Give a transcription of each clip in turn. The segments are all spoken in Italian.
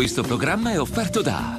Questo programma è offerto da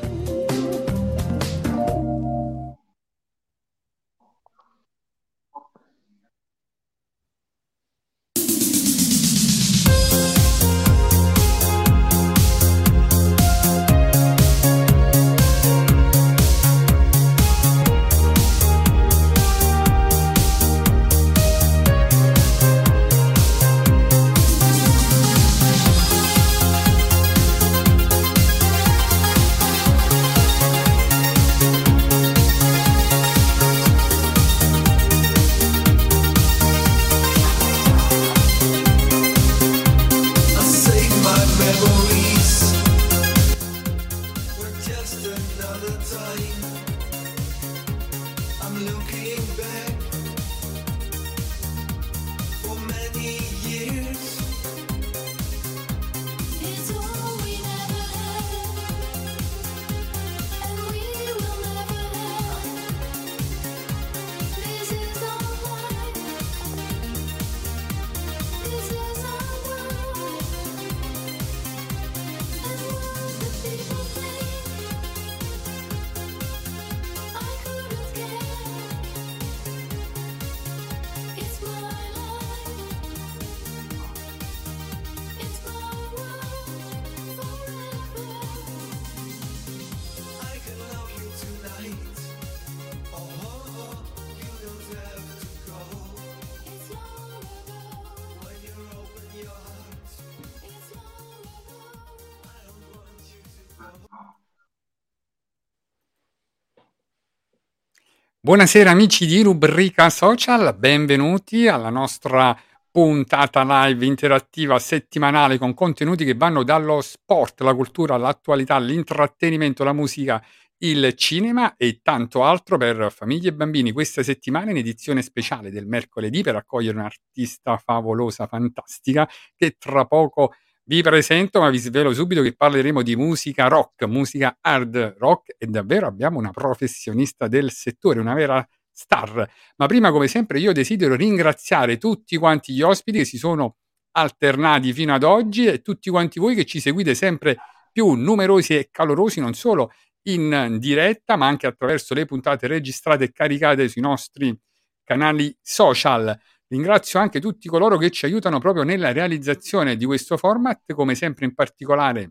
Buonasera amici di Rubrica Social, benvenuti alla nostra puntata live interattiva settimanale con contenuti che vanno dallo sport, la cultura, l'attualità, l'intrattenimento, la musica, il cinema e tanto altro per famiglie e bambini. Questa settimana in edizione speciale del mercoledì per accogliere un'artista favolosa, fantastica, che tra poco vi presento, ma vi svelo subito che parleremo di musica rock, musica hard rock e davvero abbiamo una professionista del settore, una vera star. Ma prima, come sempre, io desidero ringraziare tutti quanti gli ospiti che si sono alternati fino ad oggi e tutti quanti voi che ci seguite sempre più numerosi e calorosi, non solo in diretta, ma anche attraverso le puntate registrate e caricate sui nostri canali social. Ringrazio anche tutti coloro che ci aiutano proprio nella realizzazione di questo format, come sempre in particolare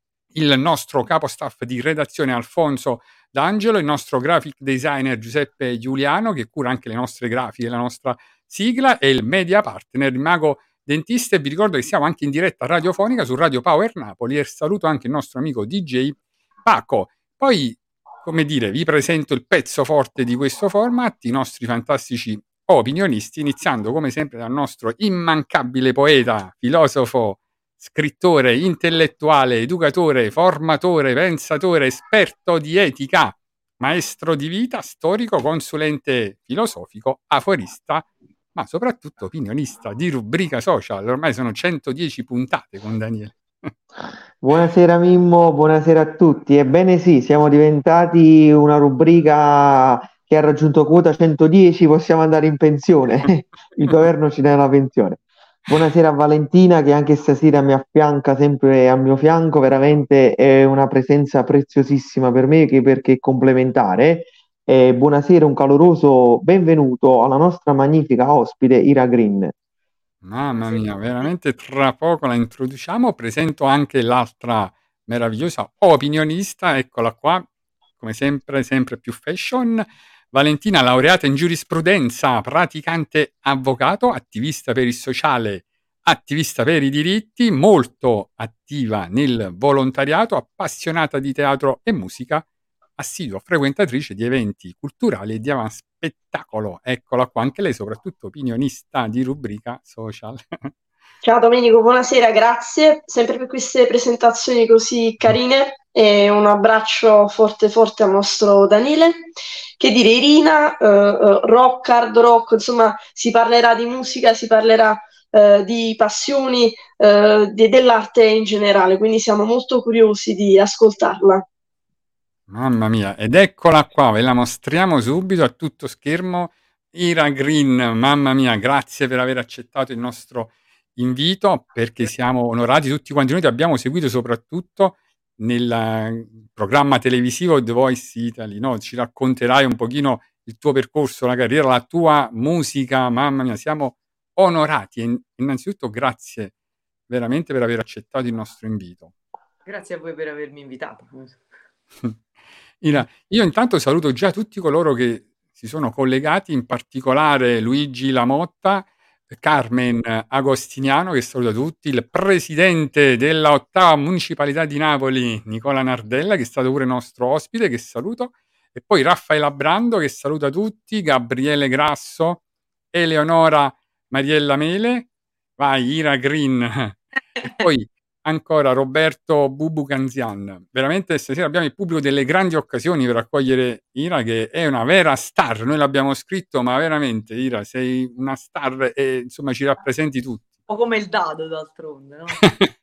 il nostro capo staff di redazione Alfonso D'Angelo, il nostro graphic designer Giuseppe Giuliano che cura anche le nostre grafiche, la nostra sigla e il media partner Mago Dentista. E vi ricordo che siamo anche in diretta radiofonica su Radio Power Napoli e saluto anche il nostro amico DJ Paco. Poi, come dire, vi presento il pezzo forte di questo format, i nostri fantastici opinionisti, iniziando come sempre dal nostro immancabile poeta, filosofo, scrittore, intellettuale, educatore, formatore, pensatore, esperto di etica, maestro di vita, storico, consulente filosofico, aforista, ma soprattutto opinionista di Rubrica Social. Ormai sono 110 puntate con Daniele. Buonasera Mimmo, buonasera a tutti. Ebbene sì, siamo diventati una rubrica che ha raggiunto quota 110, possiamo andare in pensione. Il governo ci dà la pensione. Buonasera a Valentina che anche stasera mi affianca sempre al mio fianco, veramente è una presenza preziosissima per me perché è complementare. Buonasera, un caloroso benvenuto alla nostra magnifica ospite Ira Green. Mamma mia, veramente tra poco la introduciamo. Presento anche l'altra meravigliosa opinionista, eccola qua, come sempre, sempre più fashion. Valentina, laureata in giurisprudenza, praticante avvocato, attivista per il sociale, attivista per i diritti, molto attiva nel volontariato, appassionata di teatro e musica, assidua frequentatrice di eventi culturali e di avanspettacolo. Eccola qua, anche lei soprattutto opinionista di Rubrica Social. Ciao Domenico, buonasera, grazie sempre per queste presentazioni così carine e un abbraccio forte forte al nostro Daniele. Che dire, Irina, rock, hard rock, insomma si parlerà di musica, si parlerà di passioni, dell'arte in generale, quindi siamo molto curiosi di ascoltarla. Mamma mia, ed eccola qua, ve la mostriamo subito a tutto schermo. Ira Green, mamma mia, grazie per aver accettato il nostro invito, perché siamo onorati tutti quanti noi, ti abbiamo seguito soprattutto nel programma televisivo The Voice Italy, no? Ci racconterai un pochino il tuo percorso, la carriera, la tua musica. Mamma mia, siamo onorati e innanzitutto grazie veramente per aver accettato il nostro invito. Grazie a voi per avermi invitato. Io intanto saluto già tutti coloro che si sono collegati, in particolare Luigi Lamotta, Carmen Agostiniano, che saluta tutti, il presidente della 8ª municipalità di Napoli, Nicola Nardella, che è stato pure nostro ospite, che saluto, e poi Raffaella Brando, che saluta tutti, Gabriele Grasso, Eleonora Mariella Mele, vai Ira Green, e poi ancora Roberto Bubu Canzian. Veramente stasera abbiamo il pubblico delle grandi occasioni per accogliere Ira, che è una vera star. Noi l'abbiamo scritto, ma veramente Ira sei una star e insomma ci rappresenti tutti. Un po' come il dado d'altronde, no?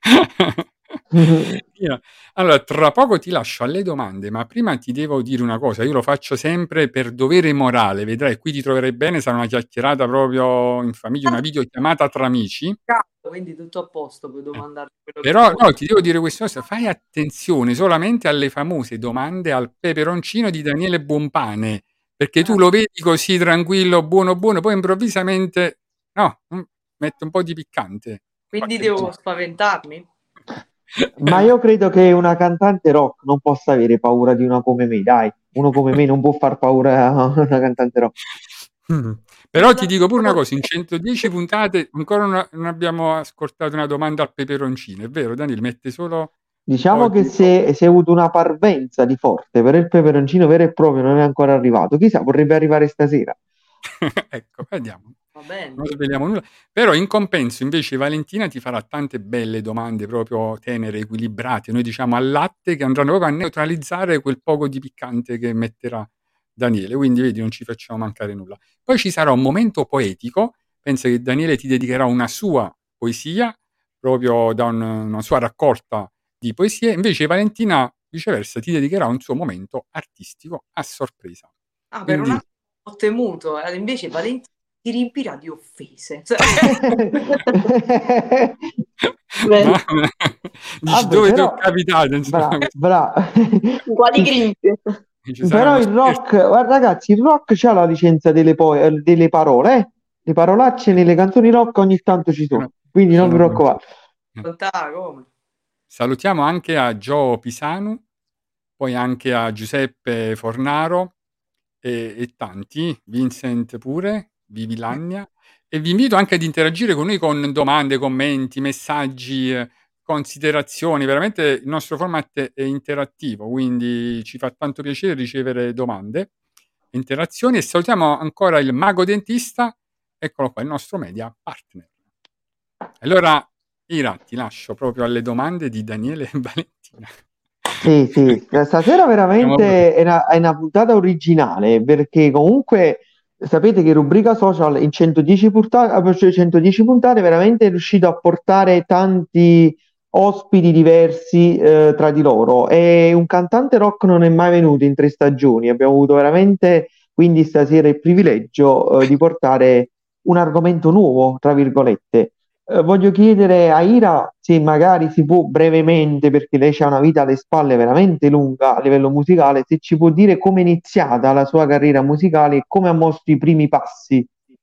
Allora, tra poco ti lascio alle domande, ma prima ti devo dire una cosa. Io lo faccio sempre per dovere morale, vedrai, qui ti troverai bene, sarà una chiacchierata proprio in famiglia, una videochiamata tra amici. Quindi tutto a posto, puoi domandare quello Però che no, ti devo dire questa cosa, fai attenzione solamente alle famose domande al peperoncino di Daniele Buonpane, perché tu lo vedi così tranquillo, buono buono, poi improvvisamente no, mette un po' di piccante. Quindi devo spaventarmi? Ma io credo che una cantante rock non possa avere paura di una come me, dai. Uno come me non può far paura a una cantante rock. Però ti dico pure una cosa, in 110 puntate ancora non abbiamo ascoltato una domanda al peperoncino, è vero Daniele? Mette solo... Diciamo che si è avuto una parvenza di forte, però il peperoncino vero e proprio non è ancora arrivato. Chissà, vorrebbe arrivare stasera. Ecco, vediamo. Va bene. Non sveliamo nulla. Però in compenso invece Valentina ti farà tante belle domande proprio tenere, equilibrate, noi diciamo al latte, che andranno proprio a neutralizzare quel poco di piccante che metterà Daniele. Quindi vedi, non ci facciamo mancare nulla. Poi ci sarà un momento poetico, pensa che Daniele ti dedicherà una sua poesia, proprio da una sua raccolta di poesie, invece Valentina viceversa ti dedicherà un suo momento artistico a sorpresa. Per Quindi... un attimo ho temuto, invece Valentina ti riempirà di offese. Dici dove ti è capitato? Bravo. Quali grinfie? Però il rock, guarda, ragazzi, il rock c'ha la licenza delle parole, eh? Le parolacce nelle canzoni rock ogni tanto ci sono, quindi non vi preoccupate. Salutiamo anche a Gio Pisanu, poi anche a Giuseppe Fornaro e tanti, Vincent pure, Vivi Lagna, e vi invito anche ad interagire con noi con domande, commenti, messaggi, considerazioni. Veramente il nostro format è interattivo, quindi ci fa tanto piacere ricevere domande, interazioni, e salutiamo ancora il Mago Dentista, eccolo qua, il nostro media partner. Allora, Ira, ti lascio proprio alle domande di Daniele e Valentina. Sì, stasera veramente è una puntata originale, perché comunque sapete che Rubrica Social in 110 puntate veramente è riuscito a portare tanti ospiti diversi tra di loro, e un cantante rock non è mai venuto in 3 stagioni. Abbiamo avuto veramente quindi stasera il privilegio di portare un argomento nuovo, tra virgolette. Voglio chiedere a Ira se magari si può brevemente, perché lei ha una vita alle spalle veramente lunga a livello musicale, se ci può dire come è iniziata la sua carriera musicale e come ha mosso i primi passi.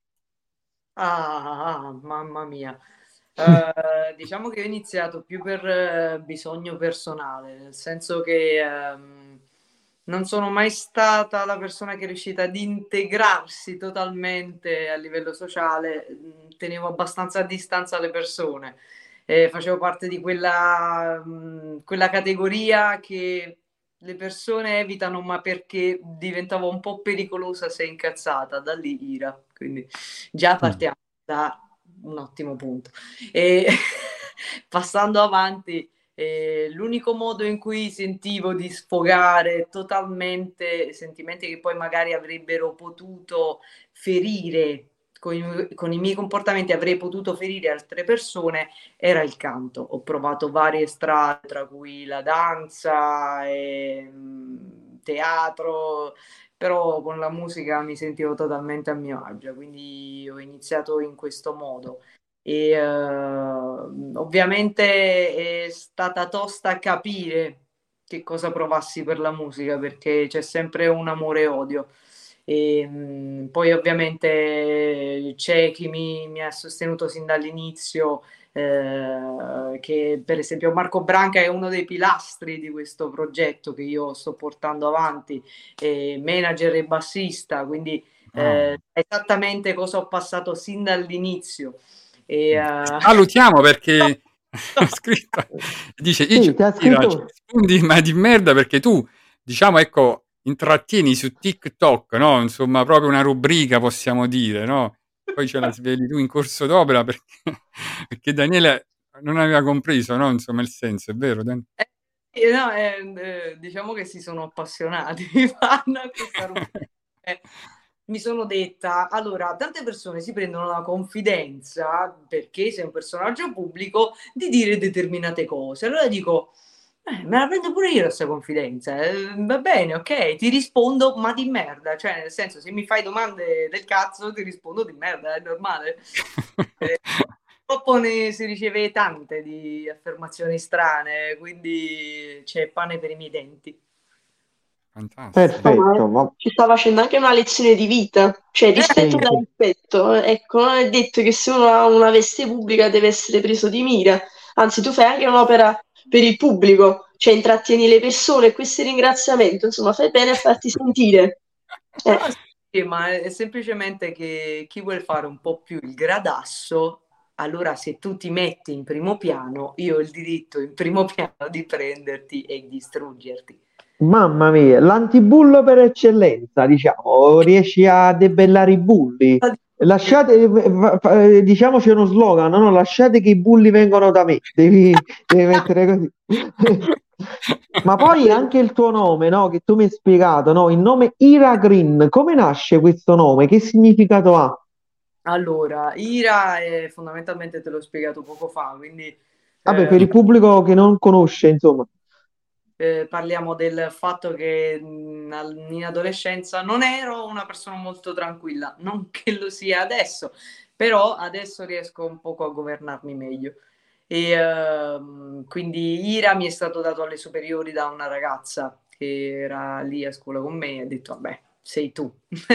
Mamma mia. Diciamo che ho iniziato più per bisogno personale, nel senso che non sono mai stata la persona che è riuscita ad integrarsi totalmente a livello sociale, tenevo abbastanza a distanza le persone, facevo parte di quella categoria che le persone evitano, ma perché diventavo un po' pericolosa se incazzata, da lì Ira, quindi già partiamo da un ottimo punto. E passando avanti, l'unico modo in cui sentivo di sfogare totalmente sentimenti che poi magari avrebbero potuto ferire con i miei comportamenti, avrei potuto ferire altre persone, era il canto. Ho provato varie strade, tra cui la danza e teatro, però con la musica mi sentivo totalmente a mio agio, quindi ho iniziato in questo modo. E ovviamente è stata tosta capire che cosa provassi per la musica, perché c'è sempre un amore e odio. E poi ovviamente c'è chi mi ha sostenuto sin dall'inizio, che per esempio Marco Branca è uno dei pilastri di questo progetto che io sto portando avanti, manager e bassista, quindi esattamente cosa ho passato sin dall'inizio. Salutiamo perché ha scritto, dice Sì, ti ha Ira, ci scritto. rispondi ma di merda perché tu, diciamo, ecco, intrattieni su TikTok, no? Insomma, proprio una rubrica, possiamo dire, no? Poi ce la sveli tu in corso d'opera perché, perché Daniele non aveva compreso, no? Insomma, il senso, è vero, No, diciamo che si sono appassionati, fanno a questa rubrica. Mi sono detta, allora, tante persone si prendono la confidenza, perché sei un personaggio pubblico, di dire determinate cose. Allora dico, me la prendo pure io questa confidenza, va bene, ok, ti rispondo, ma di merda, cioè nel senso, se mi fai domande del cazzo, ti rispondo di merda, è normale. Purtroppo ne si riceve tante di affermazioni strane, quindi c'è pane per i miei denti. Fantastico. No, ma Perfetto, ma ci sta facendo anche una lezione di vita, cioè rispetto sì, da sì. rispetto. Ecco, non è detto che se uno ha una veste pubblica deve essere preso di mira, anzi tu fai anche un'opera per il pubblico, cioè intrattieni le persone e questo ringraziamento, insomma, fai bene a farti sentire. No, Eh, sì, ma è semplicemente che chi vuole fare un po' più il gradasso, allora se tu ti metti in primo piano, io ho il diritto in primo piano di prenderti e distruggerti. Mamma mia, l'antibullo per eccellenza, diciamo, riesci a debellare i bulli. Lasciate, diciamoci uno slogan, no? Lasciate che i bulli vengano da me, devi mettere così. Ma poi anche il tuo nome, no? Che tu mi hai spiegato, no? Il nome Ira Green, come nasce questo nome? Che significato ha? Allora, Ira è fondamentalmente te l'ho spiegato poco fa, quindi Vabbè, eh, per il pubblico che non conosce, insomma. parliamo del fatto che in adolescenza non ero una persona molto tranquilla, non che lo sia adesso, però adesso riesco un poco a governarmi meglio. E quindi Ira mi è stato dato alle superiori da una ragazza che era lì a scuola con me e ha detto, vabbè, sei tu.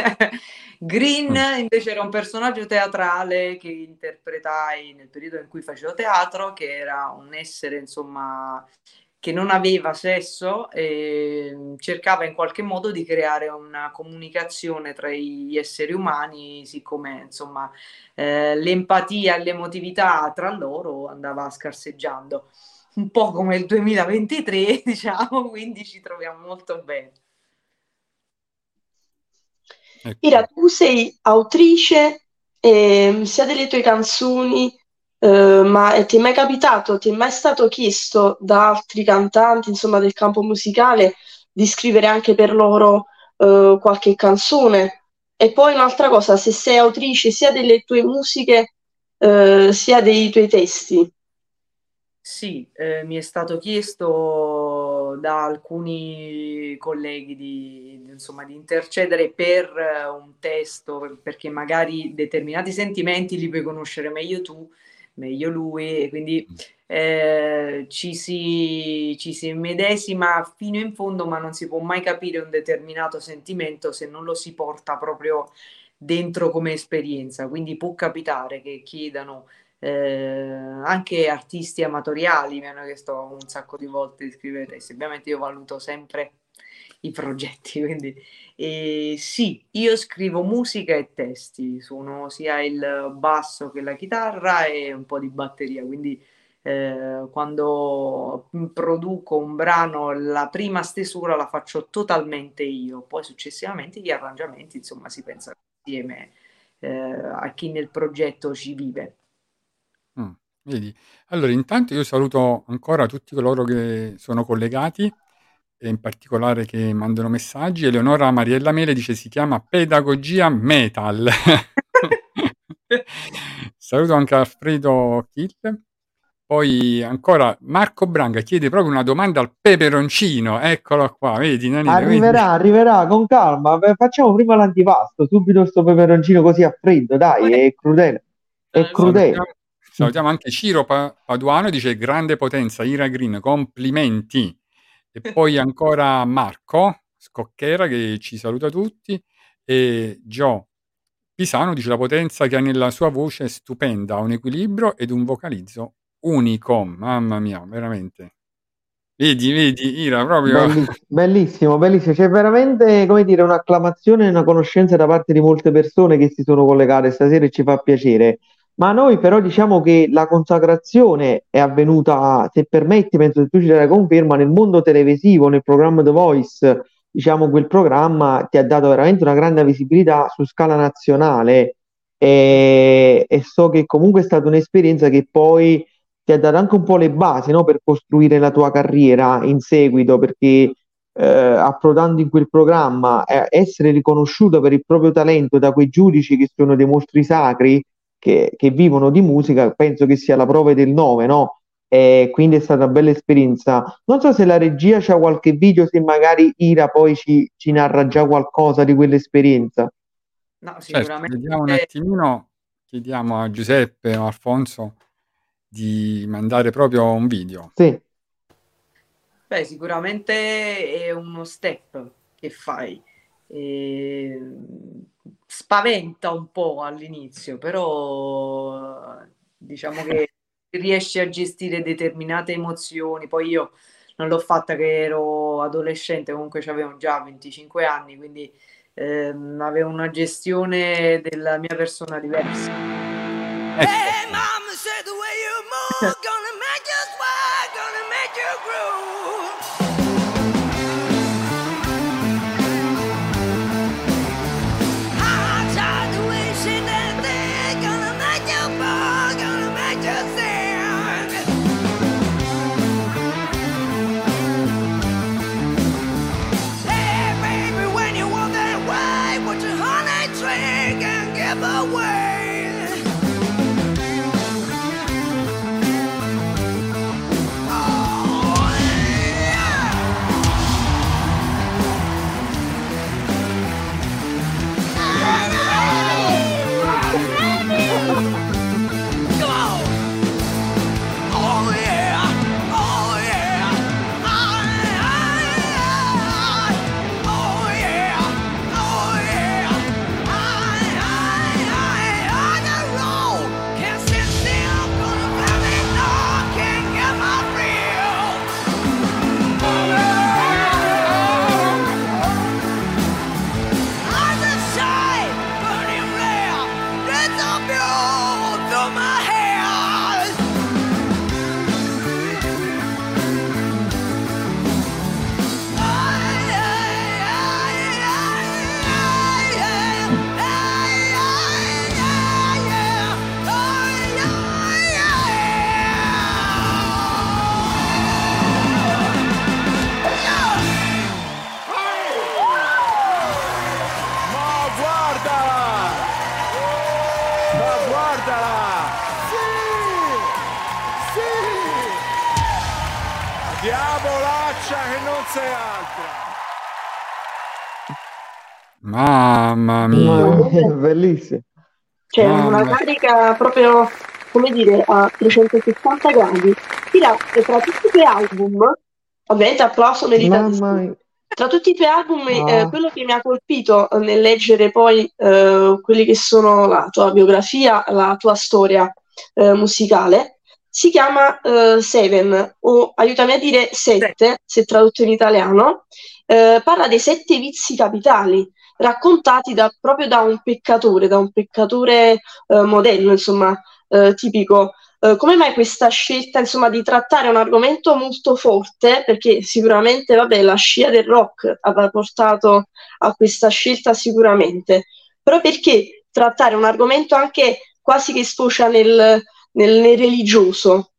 Green Mm. invece era un personaggio teatrale che interpretai nel periodo in cui facevo teatro, che era un essere, insomma, che non aveva sesso e cercava in qualche modo di creare una comunicazione tra gli esseri umani, siccome insomma l'empatia e l'emotività tra loro andava scarseggiando. Un po' come il 2023, diciamo, quindi ci troviamo molto bene. Ira, Ecco. tu sei autrice sia delle tue canzoni, ma ti è mai capitato, ti è mai stato chiesto da altri cantanti, insomma, del campo musicale, di scrivere anche per loro, qualche canzone? E poi un'altra cosa, se sei autrice sia delle tue musiche, sia dei tuoi testi. Sì, mi è stato chiesto da alcuni colleghi insomma, di intercedere per un testo, perché magari determinati sentimenti li puoi conoscere meglio tu, meglio lui, e quindi ci si immedesima fino in fondo, ma non si può mai capire un determinato sentimento se non lo si porta proprio dentro come esperienza. Quindi può capitare che chiedano anche artisti amatoriali mi hanno chiesto un sacco di volte di scrivere testi. Ovviamente io valuto sempre i progetti, quindi sì, io scrivo musica e testi, suono sia il basso che la chitarra e un po' di batteria, quindi quando produco un brano la prima stesura la faccio totalmente io, poi successivamente gli arrangiamenti, insomma, si pensa insieme a chi nel progetto ci vive. Vedi? Allora, intanto io saluto ancora tutti coloro che sono collegati e in particolare che mandano messaggi. Eleonora Mariella Mele dice si chiama Pedagogia Metal. Saluto anche Alfredo Kill. Poi ancora Marco Branca chiede proprio una domanda al peperoncino. Eccolo qua, vedi, Nanile, vedi? Arriverà, arriverà con calma. Facciamo prima l'antipasto, subito sto peperoncino così a freddo, dai, è crudele. È crudele. Salutiamo, salutiamo anche Ciro Paduano, dice grande potenza, Ira Green, complimenti. e poi ancora Marco Scocchera che ci saluta tutti e Gio Pisano dice: "La potenza che ha nella sua voce è stupenda, ha un equilibrio ed un vocalizzo unico". Mamma mia, veramente. Vedi Ira proprio Bellissimo, bellissimo. C'è veramente, come dire, un'acclamazione e una conoscenza da parte di molte persone che si sono collegate stasera e ci fa piacere. Ma a noi però diciamo che la consacrazione è avvenuta, se permetti, penso che tu ci darai conferma, nel mondo televisivo, nel programma The Voice, diciamo quel programma ti ha dato veramente una grande visibilità su scala nazionale e so che comunque è stata un'esperienza che poi ti ha dato anche un po' le basi, no, per costruire la tua carriera in seguito, perché approdando in quel programma, essere riconosciuto per il proprio talento da quei giudici che sono dei mostri sacri che vivono di musica, penso che sia la prova del 9, no? E quindi è stata una bella esperienza. Non so se la regia c'ha qualche video, se magari Ira poi ci narra già qualcosa di quell'esperienza. No, certo, sicuramente. vediamo un attimino, chiediamo a Giuseppe o Alfonso di mandare proprio un video. Sì. Beh, sicuramente è uno step che fai. E spaventa un po' all'inizio, però diciamo che riesci a gestire determinate emozioni. Poi io non l'ho fatta che ero adolescente, comunque avevo già 25 anni, quindi avevo una gestione della mia persona diversa. Ecco. Mama said the way you move, gonna make you sweat, gonna make you groove. Hot shot the way she did that, gonna make you fall, gonna make you sing. Hey baby, when you walk that way, put your honey drink and give away. Diavolaccia che non sei altra. Mamma mia. Bellissimo. C'è Mamma. una carica proprio, come dire, a 360 gradi. Tira, tra tutti i tuoi album, ovviamente applauso meritatissimo. Mamma mia. Tra tutti i tuoi album, Ah. quello che mi ha colpito nel leggere poi quelli che sono la tua biografia, la tua storia musicale, si chiama Seven, o aiutami a dire Sette, se tradotto in italiano. Parla dei 7 vizi capitali raccontati proprio da un peccatore modello, insomma, tipico. Come mai questa scelta, insomma, di trattare un argomento molto forte? Perché sicuramente, vabbè, la scia del rock avrà portato a questa scelta sicuramente, però perché trattare un argomento anche quasi che sfocia nel religioso?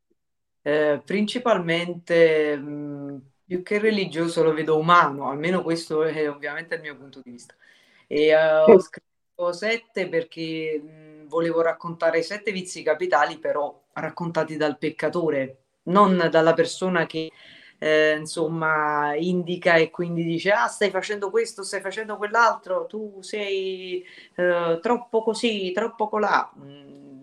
Principalmente, più che religioso lo vedo umano, almeno questo è ovviamente il mio punto di vista. E ho scritto 7 perché volevo raccontare i 7 vizi capitali, però raccontati dal peccatore, non dalla persona che insomma indica e quindi dice: ah, stai facendo questo, stai facendo quell'altro, tu sei troppo così, troppo colà.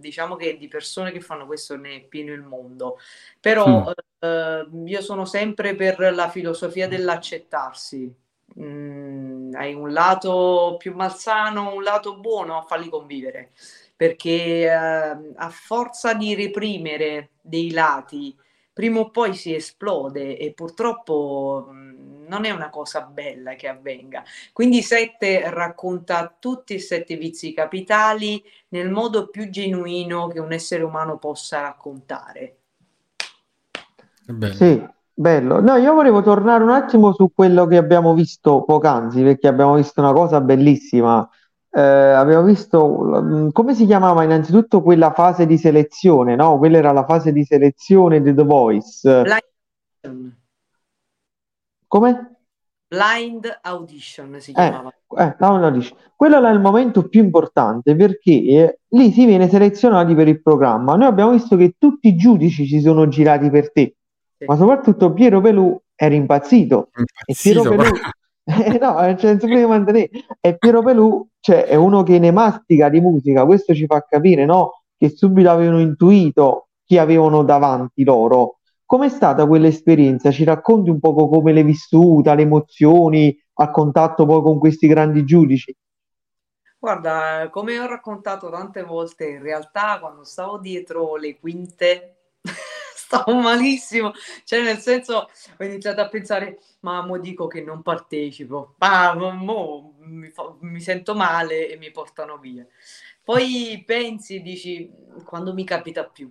diciamo che di persone che fanno questo ne è pieno il mondo, Mm. però io sono sempre per la filosofia dell'accettarsi. Hai un lato più malsano, un lato buono, falli convivere, perché a forza di reprimere dei lati, prima o poi si esplode e purtroppo non è una cosa bella che avvenga. Quindi Sette racconta tutti e sette vizi capitali nel modo più genuino che un essere umano possa raccontare. Che bello. Sì, bello. No, io volevo tornare un attimo su quello che abbiamo visto poc'anzi, perché abbiamo visto una cosa bellissima. Abbiamo visto, come si chiamava innanzitutto quella fase di selezione, no? Quella era la fase di selezione di The Voice. Blind, Come? Blind Audition si Eh, chiamava. no, no, dici. Quello là è il momento più importante perché lì si viene selezionati per il programma. Noi abbiamo visto che tutti i giudici si sono girati per te, Sì. ma soprattutto Piero Pelù era impazzito. E Piero Impazzito, Pelù, no, nel senso prima di mantenere, e Piero Pelù, cioè, è uno che ne mastica di musica, questo ci fa capire, no? Che subito avevano intuito chi avevano davanti loro. Com'è stata quell'esperienza? Ci racconti un poco come l'hai vissuta, le emozioni a contatto poi con questi grandi giudici? Guarda, come ho raccontato tante volte, in realtà quando stavo dietro le quinte stavo malissimo, cioè nel senso ho iniziato a pensare, ma mo dico che non partecipo, ma mo mi sento male e mi portano via. Poi pensi, dici, quando mi capita più?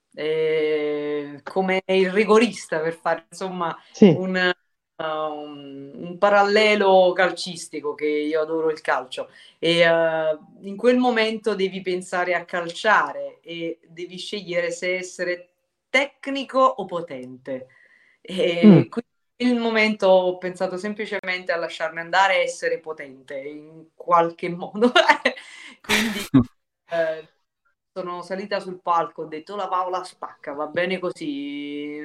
Come il rigorista per fare insomma Sì, un parallelo calcistico, che io adoro il calcio e in quel momento devi pensare a calciare e devi scegliere se essere tecnico o potente. E mm, quindi in il momento ho pensato semplicemente a lasciarmi andare e essere potente in qualche modo. Quindi sono salita sul palco, ho detto la Paola spacca, va bene così,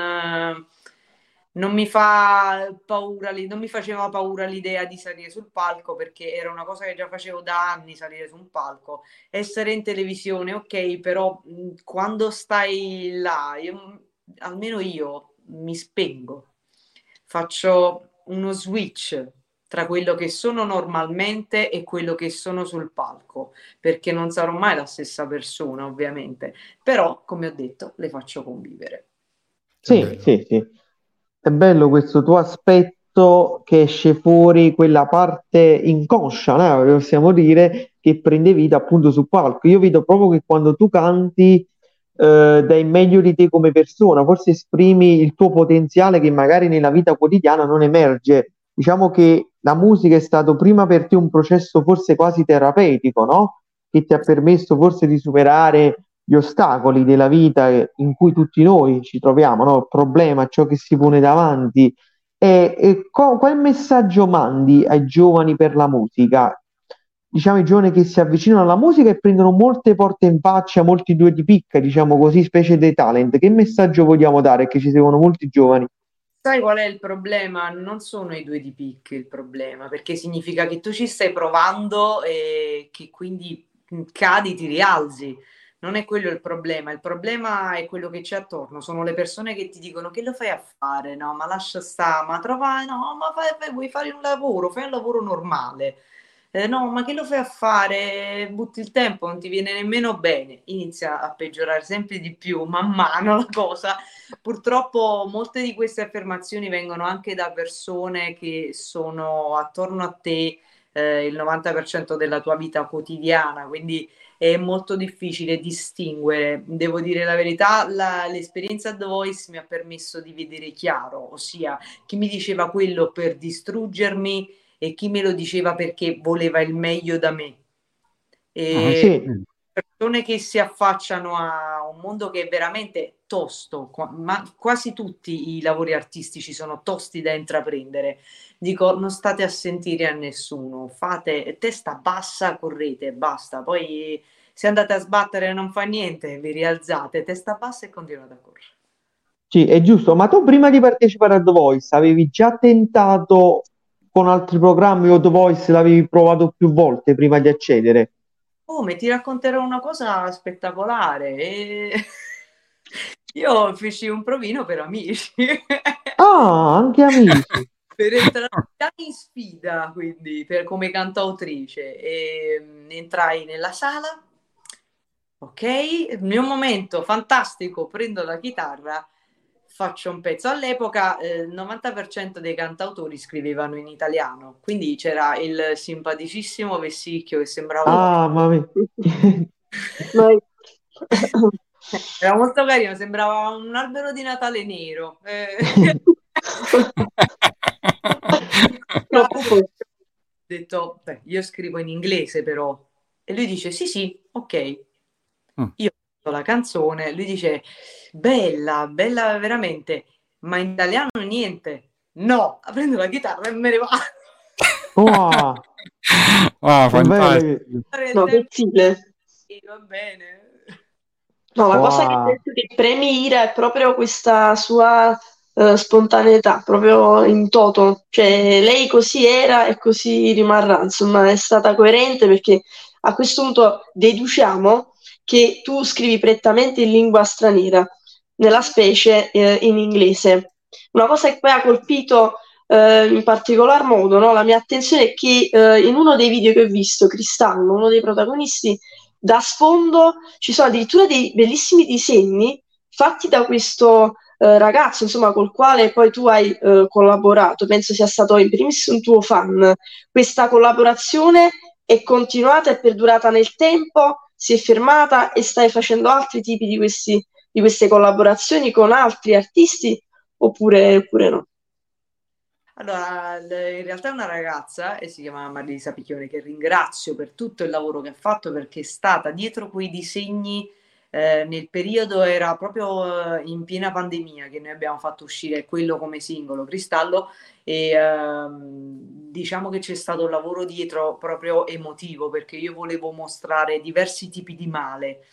non mi fa paura, non mi faceva paura l'idea di salire sul palco perché era una cosa che già facevo da anni, salire su un palco. Essere in televisione, ok, però quando stai là, almeno io mi spengo, faccio uno switch tra quello che sono normalmente e quello che sono sul palco, perché non sarò mai la stessa persona, ovviamente, però, come ho detto, le faccio convivere. che sì, bello. sì, sì. È bello questo tuo aspetto che esce fuori, quella parte inconscia, no? Possiamo dire, che prende vita appunto sul palco. Io vedo proprio che quando tu canti, dai il meglio di te come persona, forse esprimi il tuo potenziale che magari nella vita quotidiana non emerge. Diciamo che la musica è stato prima per te un processo forse quasi terapeutico, no? Che ti ha permesso forse di superare gli ostacoli della vita in cui tutti noi ci troviamo, no? Il problema, ciò che si pone davanti. Qual messaggio mandi ai giovani per la musica? Diciamo i giovani che si avvicinano alla musica e prendono molte porte in faccia, molti due di picca, diciamo così, specie dei talent. Che messaggio vogliamo dare? Che ci seguono molti giovani. Sai qual è il problema? Non sono i due di picche il problema, perché significa che tu ci stai provando e che quindi cadi, ti rialzi. Non è quello il problema è quello che c'è attorno, sono le persone che ti dicono che lo fai a fare, no, ma lascia sta, ma trova, no, ma vuoi fare un lavoro, fai un lavoro normale. No, ma che lo fai a fare? Butti il tempo, non ti viene nemmeno bene. Inizia a peggiorare sempre di più man mano la cosa. Purtroppo molte di queste affermazioni vengono anche da persone che sono attorno a te il 90% della tua vita quotidiana, quindi è molto difficile distinguere. Devo dire la verità, l'esperienza a The Voice mi ha permesso di vedere chiaro, ossia chi mi diceva quello per distruggermi e chi me lo diceva perché voleva il meglio da me. Ah, E Sì, persone che si affacciano a un mondo che è veramente tosto, ma quasi tutti i lavori artistici sono tosti da intraprendere. Dico, non state a sentire a nessuno, fate testa bassa, correte, basta. Poi se andate a sbattere e non fa niente, vi rialzate, testa bassa e continuate a correre. sì, è giusto. Ma tu prima di partecipare a The Voice avevi già tentato con altri programmi o The Voice l'avevi provato più volte prima di accedere? come ti racconterò una cosa spettacolare. E io feci un provino per amici. Ah, anche amici. Per entrare in sfida, quindi come cantautrice. E entrai nella sala, ok, il mio momento fantastico, prendo la chitarra, faccio un pezzo. All'epoca il 90% dei cantautori scrivevano in italiano, quindi c'era il simpaticissimo Vessicchio che sembrava Ah, mamma mia. Noi- era molto carino, sembrava un albero di Natale nero. Troppo Ho forte. detto, beh, io scrivo in inglese però. E lui dice, sì, sì, ok. Mm. Io ho la canzone, lui dice, bella, bella veramente, ma in italiano niente. No, prendo la chitarra e me ne vado. Wow, Ah, che bello che... fantastico. Fare il No, che tempo, stile. sì, va bene. No, la cosa che Wow. penso che premi Ira è proprio questa sua spontaneità, proprio in toto. Cioè, lei così era e così rimarrà. Insomma, è stata coerente perché a questo punto deduciamo che tu scrivi prettamente in lingua straniera, nella specie in inglese. Una cosa che poi ha colpito in particolar modo, no, la mia attenzione è che in uno dei video che ho visto, Cristallo, uno dei protagonisti, da sfondo ci sono addirittura dei bellissimi disegni fatti da questo ragazzo, insomma, col quale poi tu hai collaborato. Penso sia stato in primis un tuo fan. Questa collaborazione è continuata e perdurata nel tempo, si è fermata e stai facendo altri tipi di queste collaborazioni con altri artisti oppure no? Allora, in realtà è una ragazza e si chiama Marisa Picchione, che ringrazio per tutto il lavoro che ha fatto perché è stata dietro quei disegni nel periodo, era proprio in piena pandemia che noi abbiamo fatto uscire quello come singolo, Cristallo, e diciamo che c'è stato un lavoro dietro proprio emotivo perché io volevo mostrare diversi tipi di male.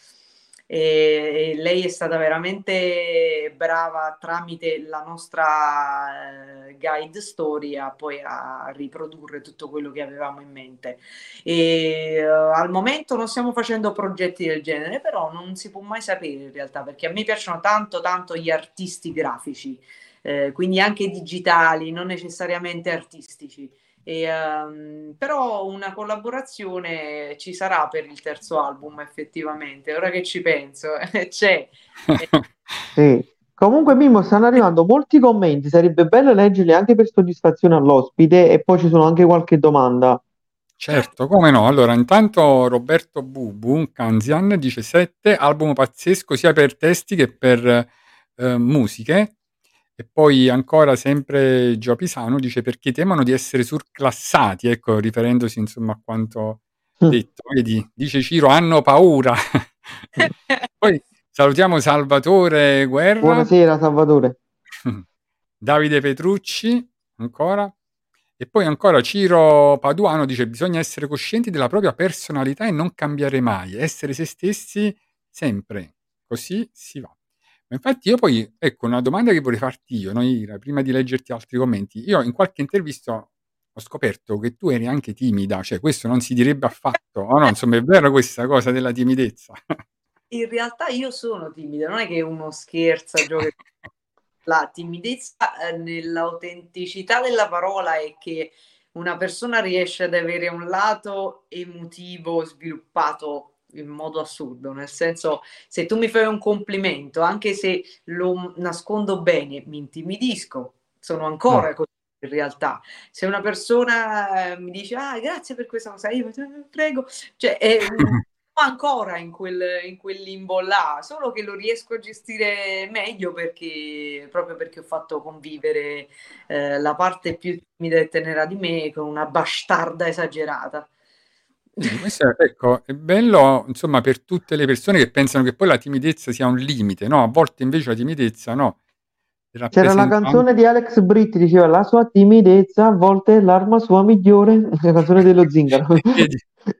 E lei è stata veramente brava tramite la nostra guide story a poi a riprodurre tutto quello che avevamo in mente. E al momento non stiamo facendo progetti del genere, però non si può mai sapere in realtà, perché a me piacciono tanto tanto gli artisti grafici, quindi anche digitali, non necessariamente artistici. E, però una collaborazione ci sarà per il terzo album, effettivamente. Ora che ci penso, c'è. Sì. Comunque, Mimmo, stanno arrivando molti commenti, sarebbe bello leggerli anche per soddisfazione all'ospite e poi ci sono anche qualche domanda. Certo, come no. Allora, intanto Roberto Bubu, Kanzian, dice 7, album pazzesco sia per testi che per musiche. E poi ancora sempre Gio Pisano dice perché temono di essere surclassati, ecco, riferendosi insomma a quanto detto. Vedi, dice Ciro, hanno paura. Poi salutiamo Salvatore Guerra, Buonasera, Salvatore. Davide Petrucci, ancora. E poi ancora Ciro Paduano dice bisogna essere coscienti della propria personalità e non cambiare mai, essere se stessi sempre, così si va. Ma infatti io poi, ecco, una domanda che vorrei farti io, no, Ira, prima di leggerti altri commenti. Io in qualche intervista ho scoperto che tu eri anche timida, cioè questo non si direbbe affatto, o no? Insomma, è vero questa cosa della timidezza? In realtà io sono timida, non è che uno scherza, gioca. La timidezza nell'autenticità della parola è che una persona riesce ad avere un lato emotivo sviluppato in modo assurdo, nel senso, se tu mi fai un complimento, anche se lo nascondo bene, mi intimidisco, sono Mm. ancora così in realtà. Se una persona mi dice, ah, grazie per questa cosa, io prego, cioè, ancora in quel limbo là, solo che lo riesco a gestire meglio perché proprio perché ho fatto convivere la parte più timida e tenera di me con una bastarda esagerata. Vedi, questo è, ecco, è bello, insomma, per tutte le persone che pensano che poi la timidezza sia un limite, no? A volte invece la timidezza, no, C'era la rappresenta canzone anche... di Alex Britti, diceva la sua timidezza a volte è l'arma sua migliore, la canzone dello Zingaro. Vedi?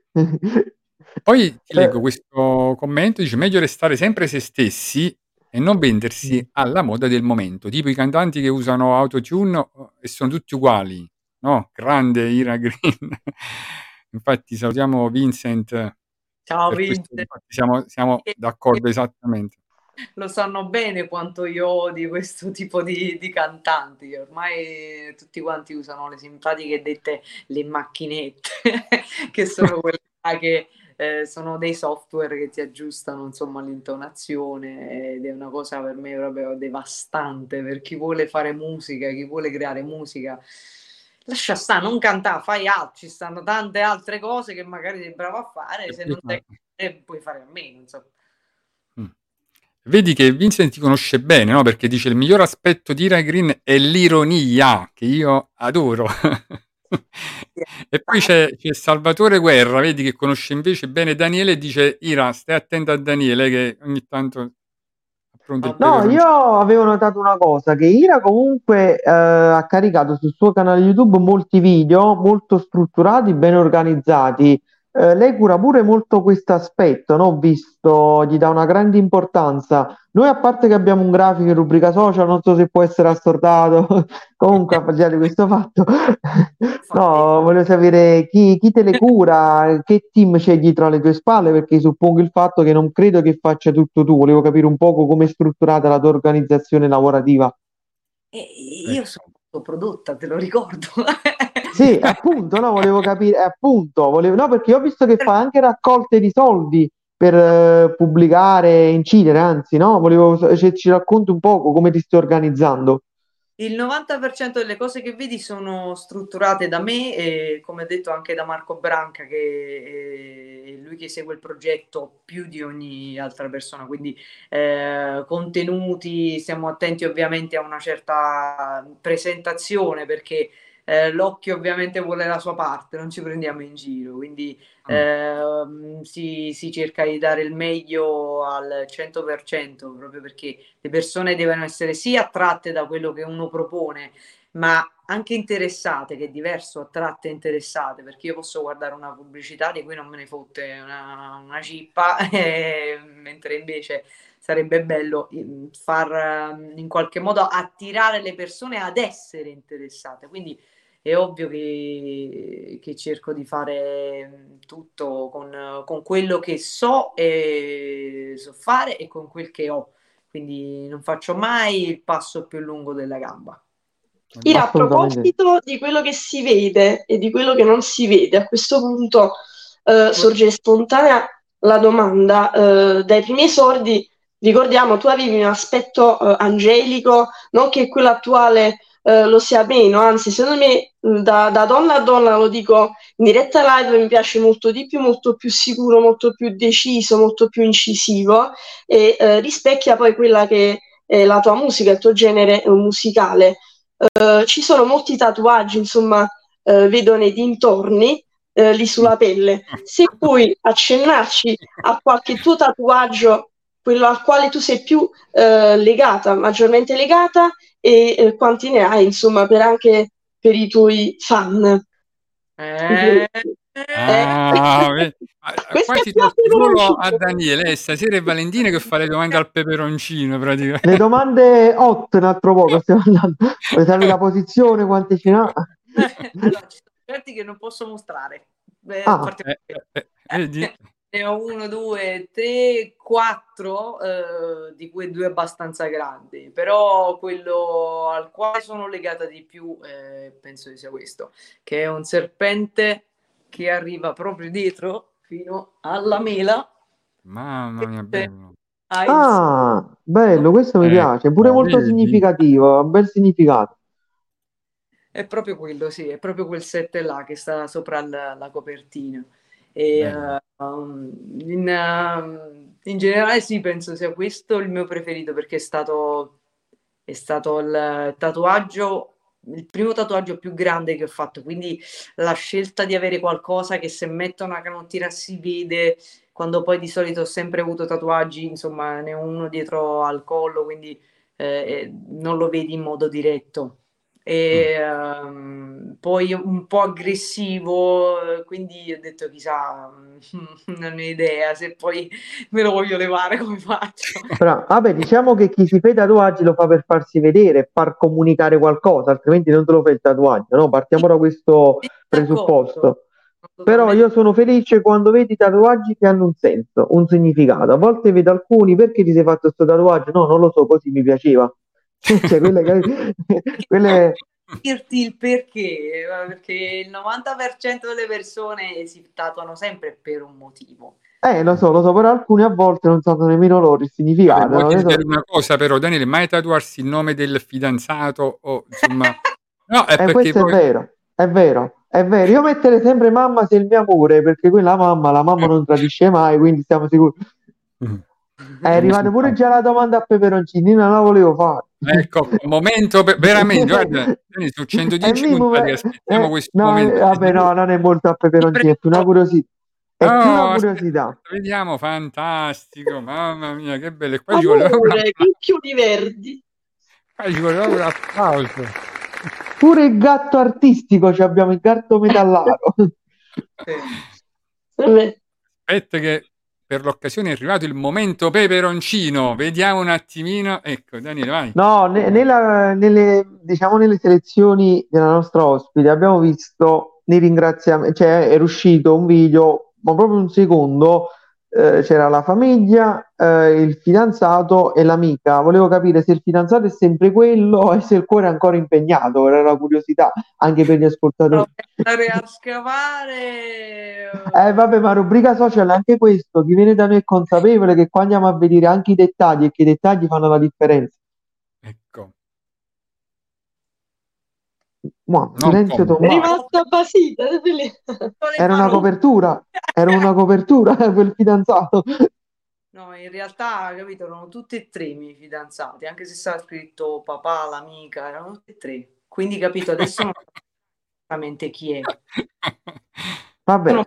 Poi ti leggo Eh, questo commento, dice meglio restare sempre se stessi e non vendersi alla moda del momento, tipo i cantanti che usano autotune e sono tutti uguali, no? Grande Ira Green. Infatti salutiamo Vincent Ciao Per questo Vince. infatti siamo d'accordo esattamente. Lo sanno bene quanto io odi questo tipo di cantanti. Ormai tutti quanti usano le simpatiche dette le macchinette, che sono quelle che sono dei software che ti aggiustano insomma l'intonazione, ed è una cosa per me proprio devastante per chi vuole fare musica, chi vuole creare musica. Lascia stare, non cantare, fai altro, ci stanno tante altre cose che magari sei bravo a fare, se non sai puoi fare a meno, insomma. Vedi che Vincent ti conosce bene, no? Perché dice il miglior aspetto di Ira Green è l'ironia, che io adoro. E poi c'è Salvatore Guerra, vedi che conosce invece bene Daniele e dice Ira, stai attento a Daniele che ogni tanto appronta il No, peperoncino. io avevo notato una cosa, che Ira comunque ha caricato sul suo canale YouTube molti video molto strutturati, ben organizzati. Lei cura pure molto questo aspetto, no? Ho visto, gli dà una grande importanza. Noi, a parte che abbiamo un grafico in rubrica social, non so se può essere assordato, comunque a parte di questo fatto, no, volevo sapere chi te le cura, che team c'è dietro alle tue spalle, perché suppongo il fatto che non credo che faccia tutto tu, volevo capire un poco come è strutturata la tua organizzazione lavorativa. Io sono prodotta, te lo ricordo. Sì, appunto, no, volevo capire, appunto, no, perché io ho visto che fa anche raccolte di soldi per pubblicare, incidere, anzi, no, volevo se ci racconti un poco come ti stai organizzando. Il 90% delle cose che vedi sono strutturate da me e, come detto, anche da Marco Branca, che è lui che segue il progetto più di ogni altra persona. Quindi contenuti, stiamo attenti ovviamente a una certa presentazione, perché l'occhio ovviamente vuole la sua parte, non ci prendiamo in giro. Quindi si cerca di dare il meglio al 100%, proprio perché le persone devono essere sì attratte da quello che uno propone, ma anche interessate, che è diverso, attratte e interessate, perché io posso guardare una pubblicità di cui non me ne fotte una cippa, mentre invece sarebbe bello far in qualche modo attirare le persone ad essere interessate. Quindi è ovvio che cerco di fare tutto con quello che so e so fare e con quel che ho. Quindi non faccio mai il passo più lungo della gamba. Ira, a Assolutamente. proposito di quello che si vede e di quello che non si vede, a questo punto sorge spontanea la domanda. Dai primi esordi, ricordiamo, tu avevi un aspetto angelico, non che quello attuale lo sia meno, anzi, secondo me, da donna a donna, lo dico in diretta live, mi piace molto di più, molto più sicuro, molto più deciso, molto più incisivo, e rispecchia poi quella che è la tua musica, il tuo genere musicale. Ci sono molti tatuaggi, insomma, vedo nei dintorni, lì sulla pelle. Se puoi accennarci a qualche tuo tatuaggio, quello al quale tu sei più legata, maggiormente legata, e quanti ne hai, insomma, anche per i tuoi fan. Questo è Quasi più a tolti il ruolo a peperoncino. Daniele. Stasera è Valentina che fa le domande al peperoncino, praticamente. Le domande hot un altro poco stiamo andando. Vuoi sapere la posizione, quante ce n'ha? Allora, ci sono certi che non posso mostrare. Ah. Vedi? Ne ho 1, 2, 3, 4, di cui 2 abbastanza grandi, però quello al quale sono legata di più penso che sia questo, che è un serpente che arriva proprio dietro fino alla mela. Mamma mia, bello. Ah, bello, questo mi piace, pure molto vedi? significativo, ha un bel significato. È proprio quello, sì, è proprio quel 7 là che sta sopra la copertina. E, in generale sì, penso sia questo il mio preferito, perché è stato il tatuaggio, il primo tatuaggio più grande che ho fatto, quindi la scelta di avere qualcosa che se metto una canottiera si vede, quando poi di solito ho sempre avuto tatuaggi, insomma ne ho uno dietro al collo, quindi non lo vedi in modo diretto. E poi un po' aggressivo, quindi ho detto chissà, non ho idea, se poi me lo voglio levare come faccio. Però, vabbè, diciamo che chi si fa i tatuaggi lo fa per farsi vedere, far comunicare qualcosa, altrimenti non te lo fai il tatuaggio, no? Partiamo da questo presupposto. Però totalmente. io sono felice quando vedi tatuaggi che hanno un senso, un significato. A volte vedo alcuni, perché ti sei fatto questo tatuaggio? No, non lo so, così mi piaceva. Cioè, Perché quelle... dirti il perché, perché il 90% delle persone si tatuano sempre per un motivo. Lo so, però alcuni a volte non sanno nemmeno loro il Vabbè, significato, no? voglio Ne dire so- una cosa però, Daniele, mai tatuarsi il nome del fidanzato o insomma... No, è perché Questo è poi... vero, è vero, è vero. Io metterei sempre mamma sei il mio amore, perché quella mamma, la mamma non tradisce mai, quindi stiamo sicuri. È Molto arrivata pure simpatico. già la domanda a peperoncini, non la volevo fare. Ecco, momento veramente, guarda, Dani, su È 110 mimo, puntate aspettiamo questo no, momento. vabbè, no, non è molto a Ti peperoncini, è più una prego, curiosità. È più una Oh, aspetta, curiosità. vediamo, fantastico, mamma mia, che bello. E qua ci voleva un Amore, applauso. cucchioli verdi. Qua ci voleva un applauso. Pure il gatto artistico, ci abbiamo il gatto metallaro. Vabbè. Aspetta che per l'occasione è arrivato il momento peperoncino. Vediamo un attimino. Ecco, Daniele, vai. No, diciamo nelle selezioni della nostra ospite abbiamo visto nei ringraziamenti, cioè è uscito un video, ma proprio un secondo, c'era la famiglia, il fidanzato e l'amica. Volevo capire se il fidanzato è sempre quello e se il cuore è ancora impegnato, era la curiosità anche per gli ascoltatori. andare a scavare. Vabbè, ma rubrica social è anche questo, chi viene da noi è consapevole che qua andiamo a vedere anche i dettagli e che i dettagli fanno la differenza. Ecco, Mua, non silenzio È come. tombato. rimasta basita. Era una copertura quel fidanzato. No, in realtà, capito, erano tutti e tre i miei fidanzati, anche se stava scritto papà, l'amica, erano tutti e tre. Quindi, capito, adesso non so esattamente chi è. Sono-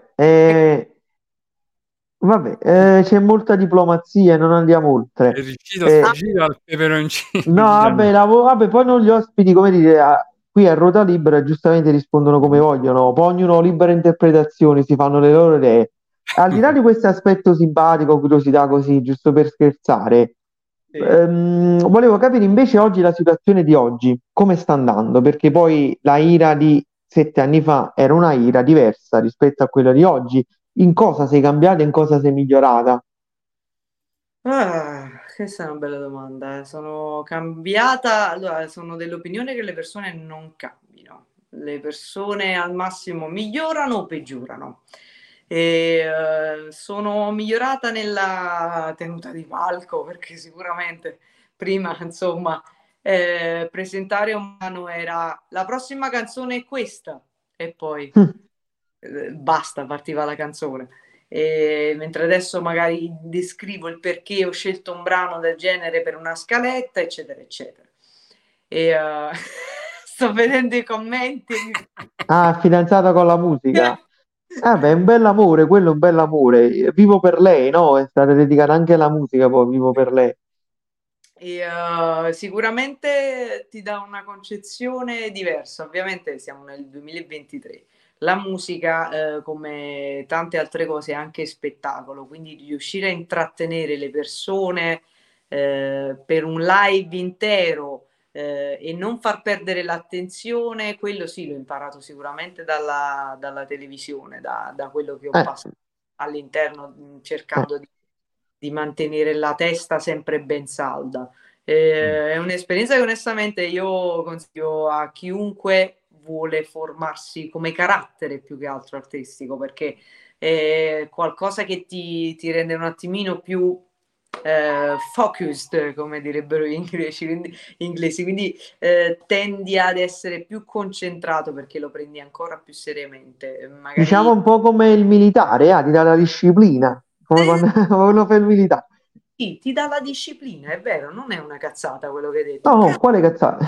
Vabbè, c'è molta diplomazia, non andiamo È oltre. riuscito a Eh, sfuggire dal peperoncino no, di vabbè, Daniele. vabbè, poi non gli ospiti, come dire, qui a ruota libera giustamente rispondono come vogliono, poi ognuno ha libera interpretazione, si fanno le loro idee. Al di là di questo aspetto simpatico, curiosità così, giusto per scherzare, Sì. volevo capire invece oggi la situazione di oggi, come sta andando, perché poi la ira di 7 anni fa era una ira diversa rispetto a quella di oggi. In cosa sei cambiata, in cosa sei migliorata? Questa è una bella domanda. Sono cambiata, allora, sono dell'opinione che le persone non cambino. Le persone al massimo migliorano o peggiorano. E, sono migliorata nella tenuta di palco perché sicuramente prima, insomma, presentare un brano era la prossima canzone è questa e poi basta, partiva la canzone. Mentre adesso magari descrivo il perché ho scelto un brano del genere per una scaletta, eccetera, eccetera. E sto vedendo i commenti. Ah, fidanzata con la musica. Beh, è un bell'amore, quello è un bell'amore. Vivo per lei, no? È stata dedicata anche alla musica, poi vivo per lei. E, sicuramente ti dà una concezione diversa. Ovviamente siamo nel 2023. La musica, come tante altre cose, è anche spettacolo, quindi riuscire a intrattenere le persone per un live intero e non far perdere l'attenzione, quello sì, l'ho imparato sicuramente dalla televisione, da quello che ho Eh, passato all'interno, eh. cercando di mantenere la testa sempre ben salda. È un'esperienza che onestamente io consiglio a chiunque vuole formarsi come carattere più che altro artistico, perché è qualcosa che ti rende un attimino più focused, come direbbero gli inglesi, quindi tendi ad essere più concentrato perché lo prendi ancora più seriamente. Diciamo Magari un po' come il militare, ti dà la disciplina, come quando uno fa il militare. sì, ti dà la disciplina, è vero, non è una cazzata quello che hai detto. No, no, quale cazzata?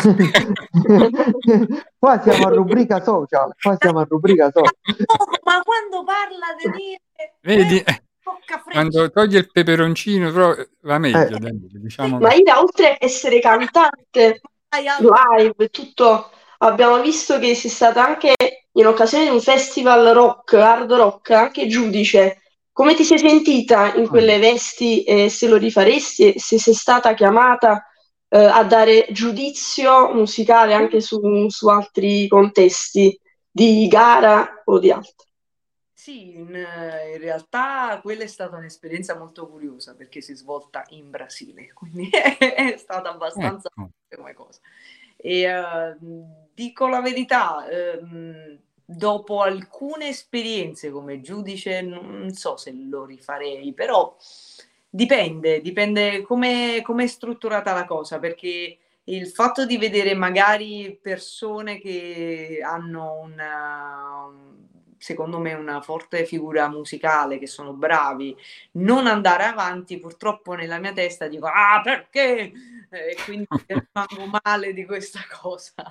Qua siamo a rubrica social, qua siamo a rubrica social. Ma quando parla di dire Vedi, tocca freccia. quando toglie il peperoncino però va meglio, Eh, Daniele, diciamo Ma che... Ida, oltre a essere cantante Hai altre- live e tutto, abbiamo visto che sei stata anche in occasione di un festival rock, hard rock, anche giudice. Come ti sei sentita in quelle vesti e se lo rifaresti e se sei stata chiamata a dare giudizio musicale anche su altri contesti di gara o di altro? Sì, in realtà quella è stata un'esperienza molto curiosa perché si è svolta in Brasile, quindi è stata abbastanza Ecco. come cosa. E dico la verità, dopo alcune esperienze come giudice, non so se lo rifarei, però dipende come è strutturata la cosa, perché il fatto di vedere magari persone che hanno secondo me una forte figura musicale, che sono bravi, non andare avanti, purtroppo nella mia testa dico perché? E quindi rimango male di questa cosa.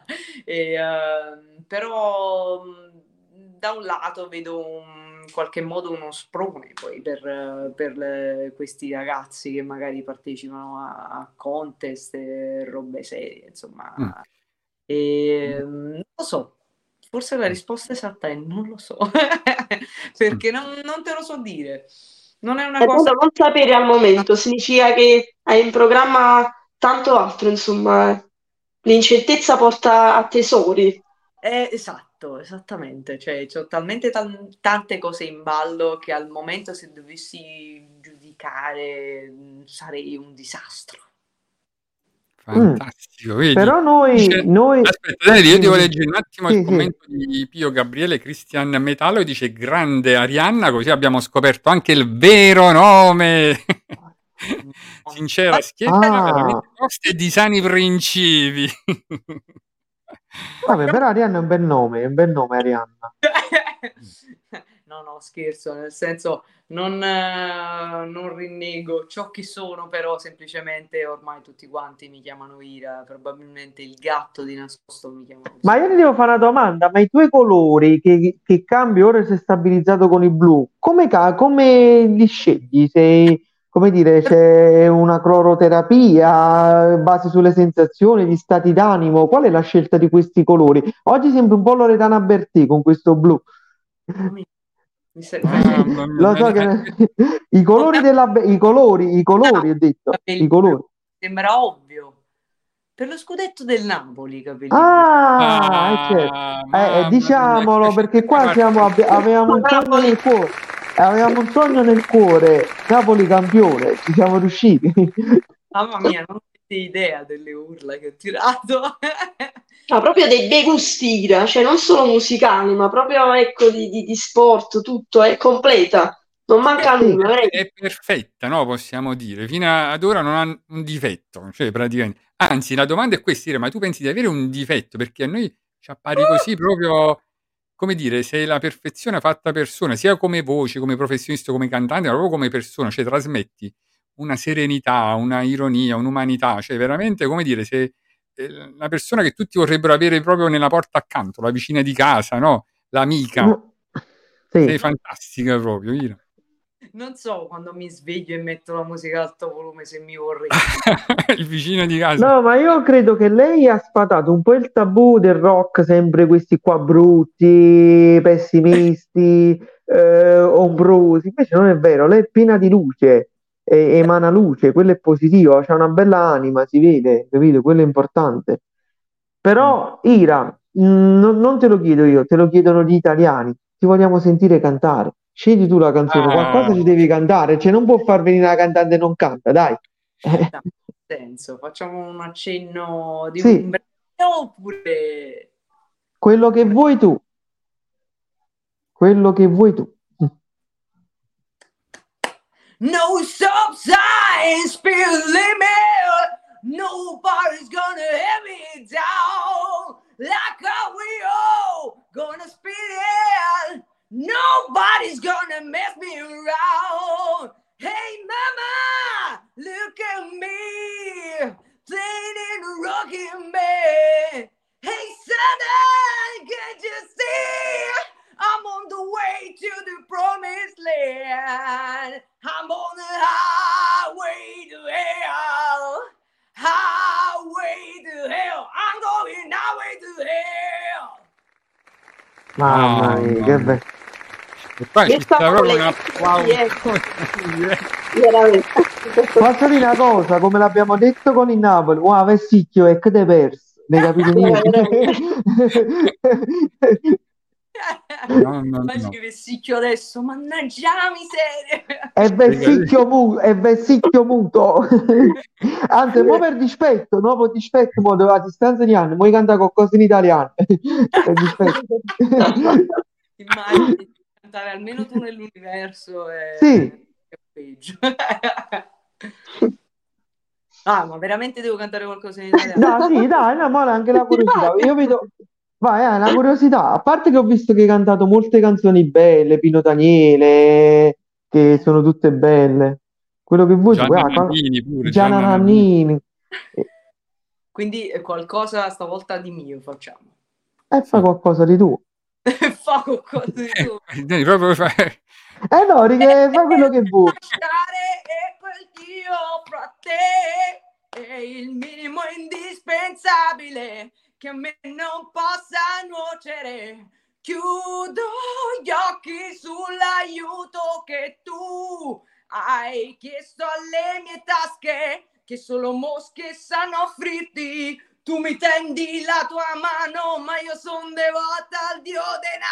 Però da un lato vedo in qualche modo uno sprone poi per questi ragazzi che magari partecipano a contest e robe serie, insomma. Mm. Non lo so, forse la risposta esatta è non lo so, perché non te lo so dire. Non è una È cosa... bello non sapere al momento, significa che hai in programma tanto altro, insomma. L'incertezza porta a tesori. Esatto, esattamente. Cioè, c'ho talmente tante cose in ballo che al momento se dovessi giudicare sarei un disastro. Fantastico, vedi? Però Dice- noi... Aspetta, Daniele, io devo Dimmi. leggere un attimo Sì, il sì. commento di Pio Gabriele Cristian Metallo e dice grande Arianna, così abbiamo scoperto anche il vero nome. Sincera, schietta, veramente tosta e di sani principi. Vabbè, però Arianna è un bel nome Arianna. No, scherzo, nel senso non rinnego ciò che sono, però semplicemente ormai tutti quanti mi chiamano Ira, probabilmente il gatto di nascosto mi chiama così. Ma io ti devo fare una domanda, ma i tuoi colori che cambi ora sei stabilizzato con il blu, come li scegli? Come dire, c'è una cloroterapia, base sulle sensazioni, gli stati d'animo, qual è la scelta di questi colori? Oggi sembra un po' Loredana Bertè con questo blu. Mi stai Mamma mia, Lo so che i colori i colori, ho detto, i colori. Sembra ovvio. Per lo scudetto del Napoli, capelli Certo. Diciamolo perché qua avevamo un sogno nel cuore. Avevamo un sogno nel cuore, Napoli campione, ci siamo riusciti. Mamma mia, non avete idea delle urla che ho tirato. Proprio dei bei gusti, Ira, cioè non solo musicali, ma proprio ecco di sport, tutto, è completa, non manca nulla. È perfetta, no? Possiamo dire. Fino ad ora non ha un difetto, cioè praticamente. Anzi, la domanda è questa, ma tu pensi di avere un difetto? Perché a noi ci appari così proprio, come dire, sei la perfezione fatta persona, sia come voce, come professionista, come cantante, ma proprio come persona, cioè trasmetti una serenità, una ironia, un'umanità, cioè veramente, come dire, sei la persona che tutti vorrebbero avere proprio nella porta accanto, la vicina di casa, no? L'amica. Sì. Sei fantastica proprio, Ira. Non so quando mi sveglio e metto la musica ad alto volume se mi vorrei. Il vicino di casa. No, ma io credo che lei ha sfatato un po' il tabù del rock, sempre questi qua brutti, pessimisti, ombrosi. Invece non è vero, lei è piena di luce, emana luce, quello è positivo, c'ha una bella anima, si vede, capito? Quello è importante. Però, Ira, non te lo chiedo io, te lo chiedono gli italiani. Ti vogliamo sentire cantare. Scegli tu la canzone, qualcosa ti devi cantare, cioè non può far venire la cantante e non canta, dai. No, senso, facciamo un accenno di Sì. un brano oppure Quello che vuoi tu. Quello che vuoi tu. no stop sign, speed limit, nobody's gonna have me down like how we all gonna speed it. Nobody's gonna mess me around. Hey mama, look at me, playing in rocking bed. Hey son, can't you see? I'm on the way to the promised land. I'm on the highway to hell. Highway to hell. I'm going highway to hell. Mamma mia, che bello. E poi ci sta proprio un applauso. Veramente. Posso dire una cosa, come l'abbiamo detto con il Napoli, wow, Vessicchio e che te perso, ne capito niente? Mamma mia. Immagini Vessicchio adesso, mannaggia la miseria. È Vessicchio muto. Anzi, mo per dispetto, no? Per dispetto, mo a distanza di anni, mo canta qualcosa in italiano. Per dispetto. Immagini cantare almeno tu nell'universo Sì. è peggio. Ah, ma veramente devo cantare qualcosa in italiano? No, sì, dai, no, ma anche la curiosità. Io vedo, vai, una curiosità. A parte che ho visto che hai cantato molte canzoni belle, Pino Daniele, che sono tutte belle. Quello che vuoi tu, Gianna Nannini pure, Gianna Gianna Nannini. Nannini. Quindi qualcosa stavolta di mio facciamo. E fa qualcosa di tuo. Fa qualcosa di tu. Proprio No, che fa quello che vuoi. Lasciare e quel Dio fra te è il minimo indispensabile che a me non possa nuocere. Chiudo gli occhi sull'aiuto che tu hai chiesto alle mie tasche, che solo mosche sanno offrirti. Tu mi tendi la tua mano, ma io sono devota al dio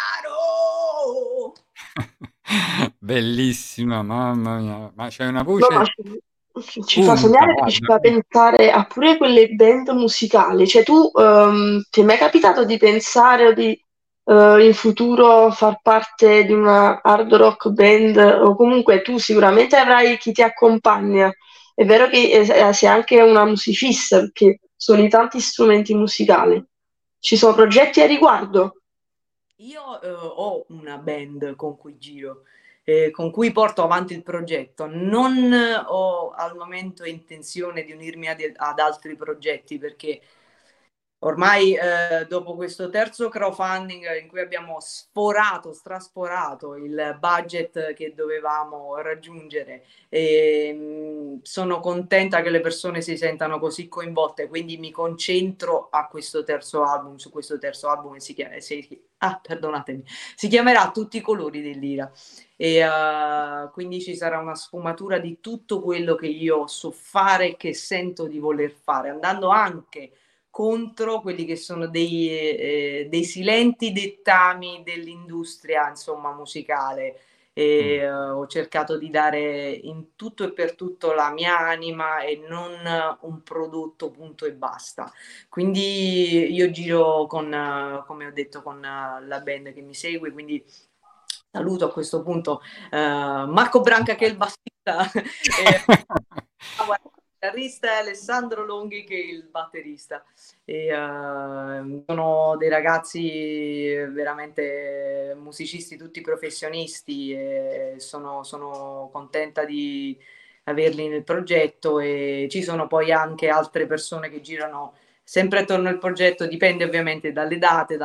denaro. Bellissima, mamma mia, ma c'è una No, voce ma ci fa sognare perché ci fa pensare a pure quelle band musicali. Cioè, tu ti è mai capitato di pensare o di in futuro far parte di una hard rock band? O comunque tu sicuramente avrai chi ti accompagna. È vero che sei anche una musicista perché suoni tanti strumenti musicali. Ci sono progetti a riguardo? Io ho una band con cui giro, con cui porto avanti il progetto. Non ho al momento intenzione di unirmi ad altri progetti perché ormai dopo questo terzo crowdfunding in cui abbiamo strasporato il budget che dovevamo raggiungere, sono contenta che le persone si sentano così coinvolte, quindi mi concentro su questo terzo album perdonatemi, si chiamerà Tutti i colori dell'ira e quindi ci sarà una sfumatura di tutto quello che io so fare e che sento di voler fare, andando anche contro quelli che sono dei silenti dettami dell'industria, insomma, musicale. Ho cercato di dare in tutto e per tutto la mia anima e non un prodotto punto e basta. Quindi io giro come ho detto, con la band che mi segue, quindi saluto a questo punto Marco Branca che è il bassista il chitarrista e Alessandro Longhi che è il batterista. Sono dei ragazzi veramente musicisti, tutti professionisti, e sono contenta di averli nel progetto e ci sono poi anche altre persone che girano sempre attorno al progetto, dipende ovviamente dalle date,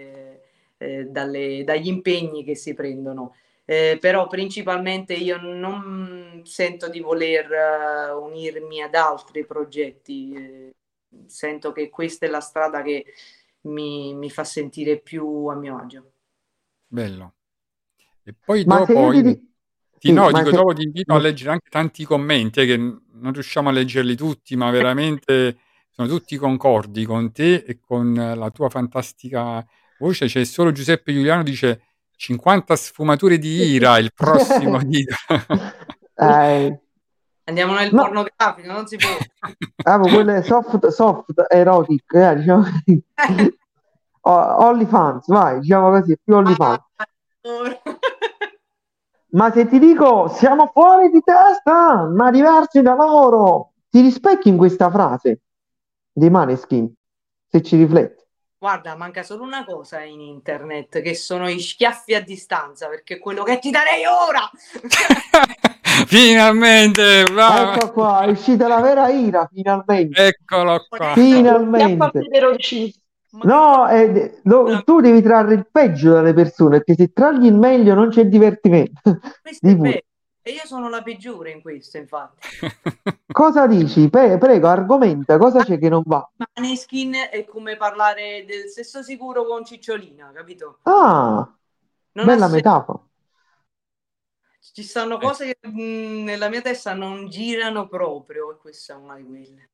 dagli impegni che si prendono. Però principalmente io non sento di voler unirmi ad altri progetti, sento che questa è la strada che mi fa sentire più a mio agio. bello. E poi Ma se dopo io ti... Sì, dico, dopo ti invito a leggere anche tanti commenti che non riusciamo a leggerli tutti, ma veramente sono tutti concordi con te e con la tua fantastica voce. C'è solo Giuseppe Giuliano dice 50 sfumature di ira, il prossimo Andiamo nel No. pornografico, non si può. Quelle soft erotic, diciamo. OnlyFans, vai, diciamo così, più OnlyFans. Ma se ti dico siamo fuori di testa, ma diversi da loro, ti rispecchi in questa frase dei Maneskin, se ci rifletti? Guarda, manca solo una cosa in internet, che sono i schiaffi a distanza, perché è quello che ti darei ora! Finalmente! Brava. Ecco qua, è uscita la vera ira, finalmente. Eccolo qua. Finalmente. No, tu devi trarre il peggio dalle persone, perché se tragli il meglio non c'è divertimento. Questo è vero. E io sono la peggiore in questo, infatti. Cosa dici? Prego, argomenta, cosa c'è che non va? Maneskin è come parlare del sesso sicuro con Cicciolina, capito? Ah, bella metafora. Ci stanno cose che nella mia testa non girano proprio, e questa è una di quelle.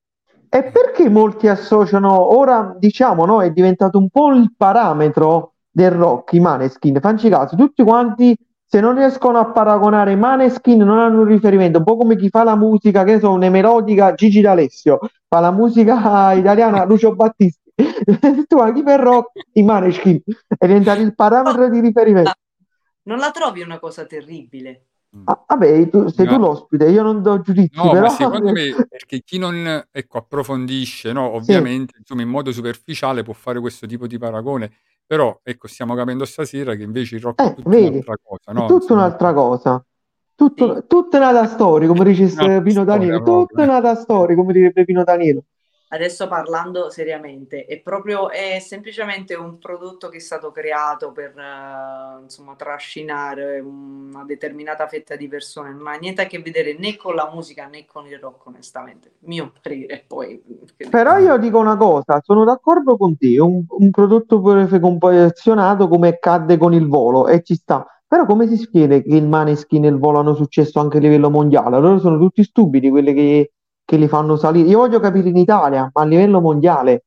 E perché molti associano, ora diciamo, no, è diventato un po' il parametro del rock, i Maneskin, fanci caso, tutti quanti, se non riescono a paragonare i Maneskin, non hanno un riferimento, un po' come chi fa la musica, che ne so, una melodica Gigi D'Alessio, fa la musica italiana Lucio Battisti, tu anche per rock, i Maneskin, è diventato il parametro di riferimento. Non la trovi una cosa terribile? Vabbè, sei tu No. l'ospite, io non do giudizi, No, però ma secondo me, perché chi non approfondisce, no, ovviamente, insomma, in modo superficiale può fare questo tipo di paragone, però ecco, stiamo capendo stasera che invece il rock è tutta vedi, un'altra cosa, è no? tutta Insomma, un'altra cosa. Sì. Tutta un'altra storia, come dice un'altra Pino storia Daniele, proprio. tutta un'altra storia, come direbbe Pino Daniele. Adesso parlando seriamente, è semplicemente un prodotto che è stato creato per insomma, trascinare una determinata fetta di persone, non ha niente a che vedere né con la musica né con il rock, onestamente. Mio parere, poi. Però io dico una cosa, sono d'accordo con te, è un prodotto confezionato come cadde con il volo e ci sta. Però come si spiega che il Maneskin e il volo hanno successo anche a livello mondiale? Loro sono tutti stupidi quelli che li fanno salire. Io voglio capire in Italia, ma a livello mondiale.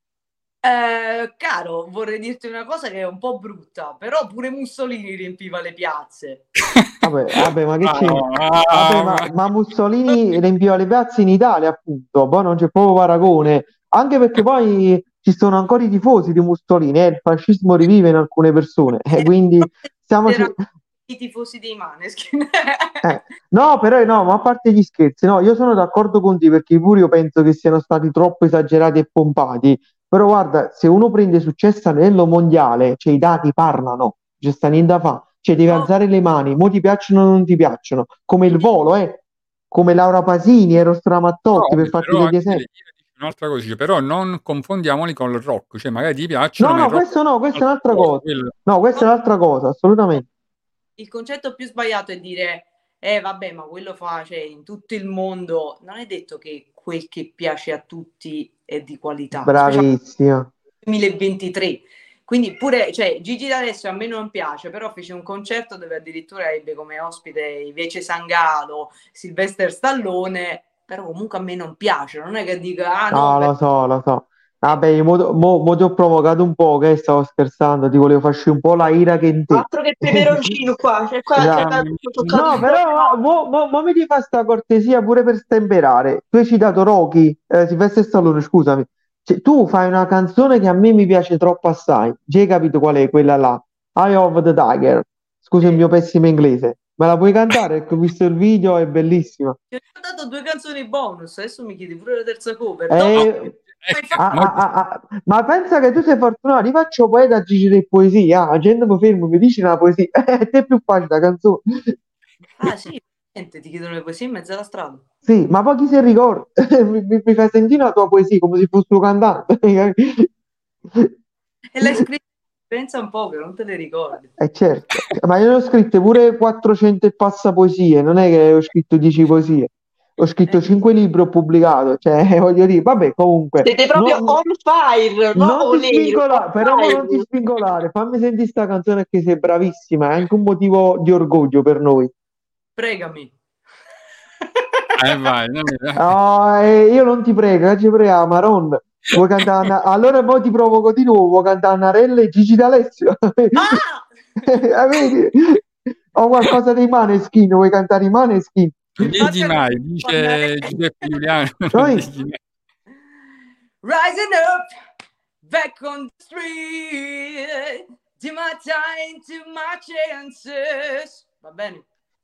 Caro, vorrei dirti una cosa che è un po' brutta, però pure Mussolini riempiva le piazze. Vabbè, ma che c'è? Ah, Vabbè, ma Mussolini riempiva le piazze in Italia, appunto, poi non c'è proprio paragone, anche perché poi ci sono ancora i tifosi di Mussolini, il fascismo rivive in alcune persone, quindi stiamo... Erano i tifosi dei Maneskin. No, però no, ma a parte gli scherzi, no, io sono d'accordo con te perché pure io penso che siano stati troppo esagerati e pompati, però guarda, se uno prende successo a livello mondiale, cioè i dati parlano, c'è sta niente da fa', cioè devi alzare le mani, mo ti piacciono o non ti piacciono, come il volo, come Laura Pasini, Eros Ramazzotti, per farti però degli anche esempi. io dico un'altra cosa, dice, però non confondiamoli con il rock, cioè magari ti piacciono, No, ma il no, rock questo no, questa è un'altra cosa, cosa. quello- No, questa è un'altra cosa, assolutamente. Il concetto più sbagliato è dire, vabbè, ma quello fa, cioè, in tutto il mondo, non è detto che quel che piace a tutti è di qualità, specialmente Bravissima. nel 2023. Quindi pure, cioè, Gigi D'Alessio a me non piace, però fece un concerto dove addirittura ebbe come ospite invece Sangalo, Sylvester Stallone, però comunque a me non piace, non è che dica, No, lo so, lo so. Vabbè, io mo ti ho provocato un po', che stavo scherzando, ti volevo far un po' la ira che in te. Altro che il peperoncino qua, cioè qua Esatto. ho toccato No, il però mo mi ti fa sta cortesia pure per stemperare. Tu hai citato Rocky, Sylvester Stallone, scusami. Cioè, tu fai una canzone che a me mi piace troppo assai. Già hai capito qual è quella là? Eye of the Tiger. Scusa il mio pessimo inglese. Me la puoi cantare? Perché ho visto il video, è bellissima. Ti ho dato 2 canzoni bonus, adesso mi chiedi pure la terza cover. Ma pensa che tu sei fortunato, io faccio poeta a Gigi di poesia, la gente mi ferma, mi dice una poesia, a te è più facile la canzone. Ah sì, niente, ti chiedono le poesie in mezzo alla strada. Sì, ma poi chi si ricorda? Mi fai sentire la tua poesia come se fossi un cantante. E l'hai scritta, pensa un po' che non te le ricordi. Certo, ma io ne ho scritte pure 400 e passa poesie, non è che ho scritto 10 poesie. Ho scritto 5 libri, ho pubblicato, cioè voglio dire, vabbè, comunque. Siete proprio on fire, no? Non ti spingolare, però mo non ti fire. spingolare, fammi sentire sta canzone che sei bravissima, è anche un motivo di orgoglio per noi. Pregami. vai, No, io non ti prego, ci prego, Maron. Vuoi cantare allora poi ti provoco di nuovo, vuoi cantare Narella e Gigi D'Alessio? Vedi? Ho qualcosa dei Maneskin, vuoi cantare i Maneskin? Non digli mai, dice Giuseppe Giuliano. Noi? Rising up, back on the street, to my time, to my chances. Va bene?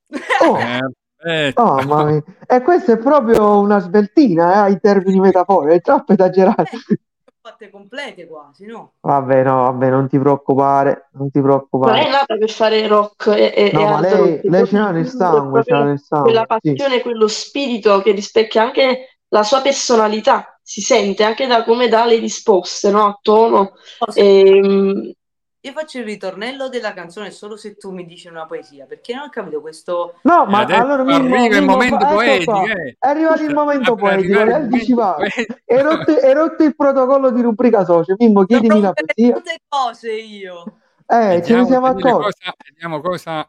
Mamma mia. E questa è proprio una sveltina, ai termini metaforici, è troppo esagerato. Fatte complete quasi, no? Vabbè, non ti preoccupare, non ti preoccupare. Non è nata per fare rock no, ma hard rock, lei ce l'ha nel sangue, quella passione, sì. Quello spirito che rispecchia anche la sua personalità, si sente anche da come dà le risposte, no? A tono. Io faccio il ritornello della canzone solo se tu mi dici una poesia, perché non ho capito questo... No, ma allora arriva il momento poetico. È arrivato il momento poetico, è rotto il protocollo di rubrica social. Mimmo, chiedimi la poesia. Tante cose io. Ce ne siamo accorti. Vediamo cosa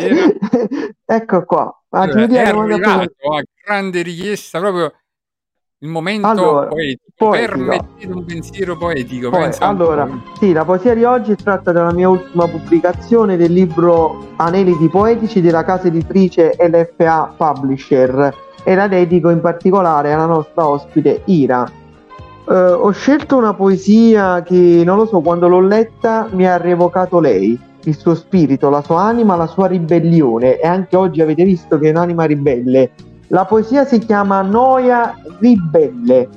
ecco qua. Allora, è arrivato a grande richiesta proprio il momento Allora, poetico. poetico. Permettete un pensiero poetico. Poi, pensa un allora, po'. sì, la poesia di oggi è tratta dalla mia ultima pubblicazione del libro Aneliti Poetici della casa editrice LFA Publisher e la dedico in particolare alla nostra ospite Ira. Ho scelto una poesia che, non lo so, quando l'ho letta mi ha rievocato lei, il suo spirito, la sua anima, la sua ribellione, e anche oggi avete visto che è un'anima ribelle. La poesia si chiama Noia ribelle.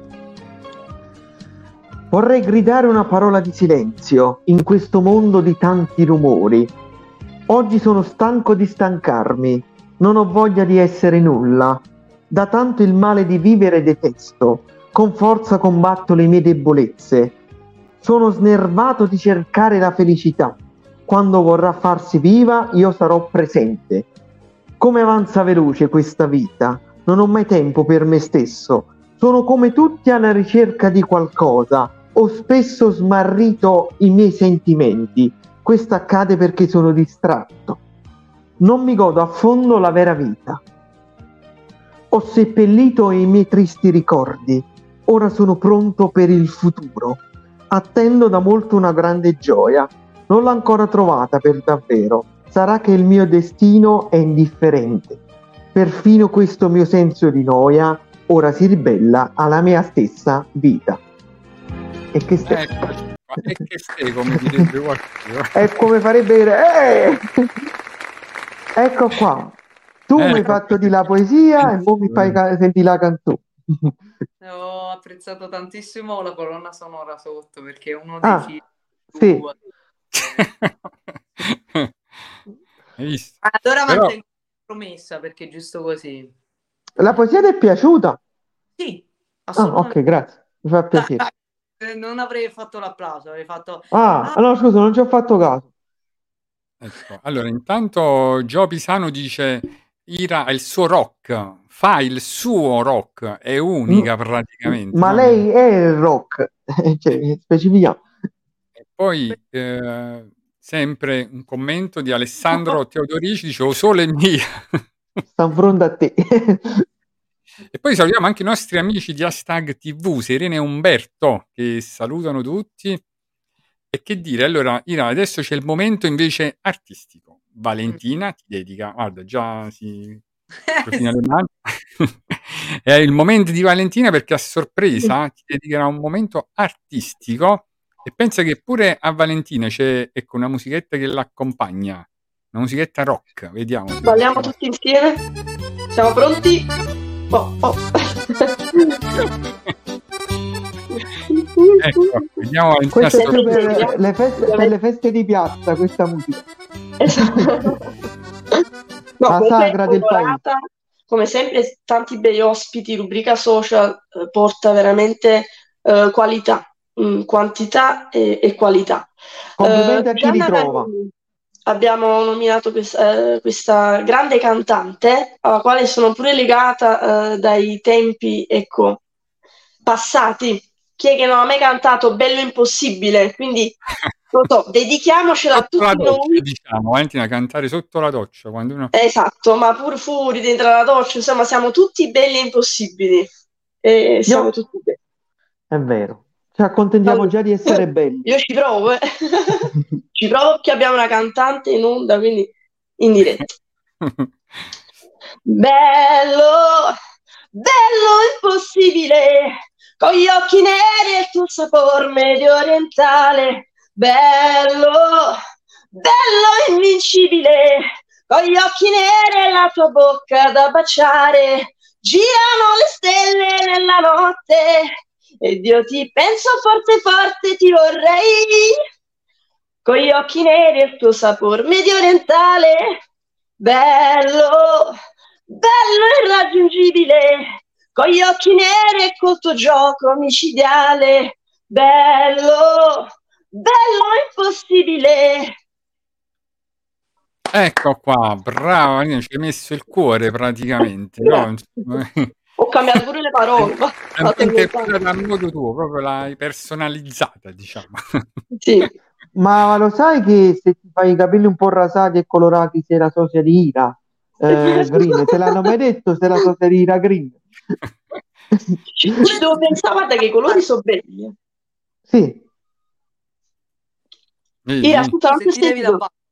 Vorrei gridare una parola di silenzio in questo mondo di tanti rumori. Oggi sono stanco di stancarmi, non ho voglia di essere nulla. Da tanto il male di vivere detesto, con forza combatto le mie debolezze. Sono snervato di cercare la felicità. Quando vorrà farsi viva, io sarò presente. Come avanza veloce questa vita, non ho mai tempo per me stesso. Sono come tutti alla ricerca di qualcosa. Ho spesso smarrito i miei sentimenti. Questo accade perché sono distratto. Non mi godo a fondo la vera vita. Ho seppellito i miei tristi ricordi. Ora sono pronto per il futuro. Attendo da molto una grande gioia. Non l'ho ancora trovata per davvero. Sarà che il mio destino è indifferente. Perfino questo mio senso di noia ora si ribella alla mia stessa vita. E che stai? E che stai, come direbbe qualcuno. È come farebbe dire, ecco qua. Tu mi hai fatto di la poesia e poi mi fai sentire la canzone. Ho apprezzato tantissimo la colonna sonora sotto perché è uno dei film sì. Hai visto? Allora Però... mantengo la promessa perché è giusto così. La poesia ti è piaciuta? Sì, assolutamente. Ok, grazie, mi fa piacere. Non avrei fatto l'applauso, avrei fatto... no, scusa, non ci ho fatto caso. Ecco, allora intanto Gio Pisano dice Ira ha il suo rock, fa il suo rock, è unica praticamente. Ma lei è il rock, cioè, specifichiamo. E poi sempre un commento di Alessandro Teodorici, dice o sole mia. Sta in fronte a te. E poi salutiamo anche i nostri amici di Hashtag TV, Serena e Umberto, che salutano tutti. E che dire, allora, Ira, adesso c'è il momento invece artistico. Valentina ti dedica, guarda, già si profila le mani. È il momento di Valentina perché a sorpresa ti dedicherà un momento artistico e pensa che pure a Valentina c'è, ecco, una musichetta che l'accompagna, una musichetta rock, vediamo. Balliamo tutti insieme? Siamo pronti? Ecco, vediamo. Questo è più per le feste di piazza, questa musica. Esatto. La sagra del paese. Come sempre, tanti bei ospiti, rubrica social porta veramente qualità, quantità e qualità. Complimenti a chi Gianna ritrova. Nannini, abbiamo nominato questa grande cantante, alla quale sono pure legata dai tempi, ecco, passati. Chi è che non ha mai cantato Bello Impossibile? Quindi, non so, dedichiamocela a tutti noi. Diciamo, Valentina, cantare sotto la doccia quando uno... Esatto, ma pur fuori, dentro la doccia, insomma, siamo tutti belli e impossibili. E siamo tutti belli. È vero. Ci accontentiamo già di essere belli. Io ci provo, ci provo che abbiamo una cantante in onda, quindi in diretta. Bello, bello impossibile, con gli occhi neri e il tuo sapore medio orientale. Bello, bello invincibile, con gli occhi neri e la tua bocca da baciare. Girano le stelle nella notte ed io ti penso forte forte, ti vorrei, con gli occhi neri e il tuo sapore medio orientale. Bello, bello irraggiungibile, con gli occhi neri e col tuo gioco micidiale. Bello, bello impossibile. Ecco qua, brava, ci hai messo il cuore praticamente, no? Ho cambiato pure le parole. Interpretata a modo tuo, proprio l'hai personalizzata, diciamo. Sì. Ma lo sai che se ti fai i capelli un po' rasati e colorati sei la sosia di Ira Green? Te l'hanno mai detto, sei la sosia di Ira Green? Ci devo pensare, guarda che i colori sono belli. Sì. Ira, scusa, non ti ho Se ti levi la sentito. barba.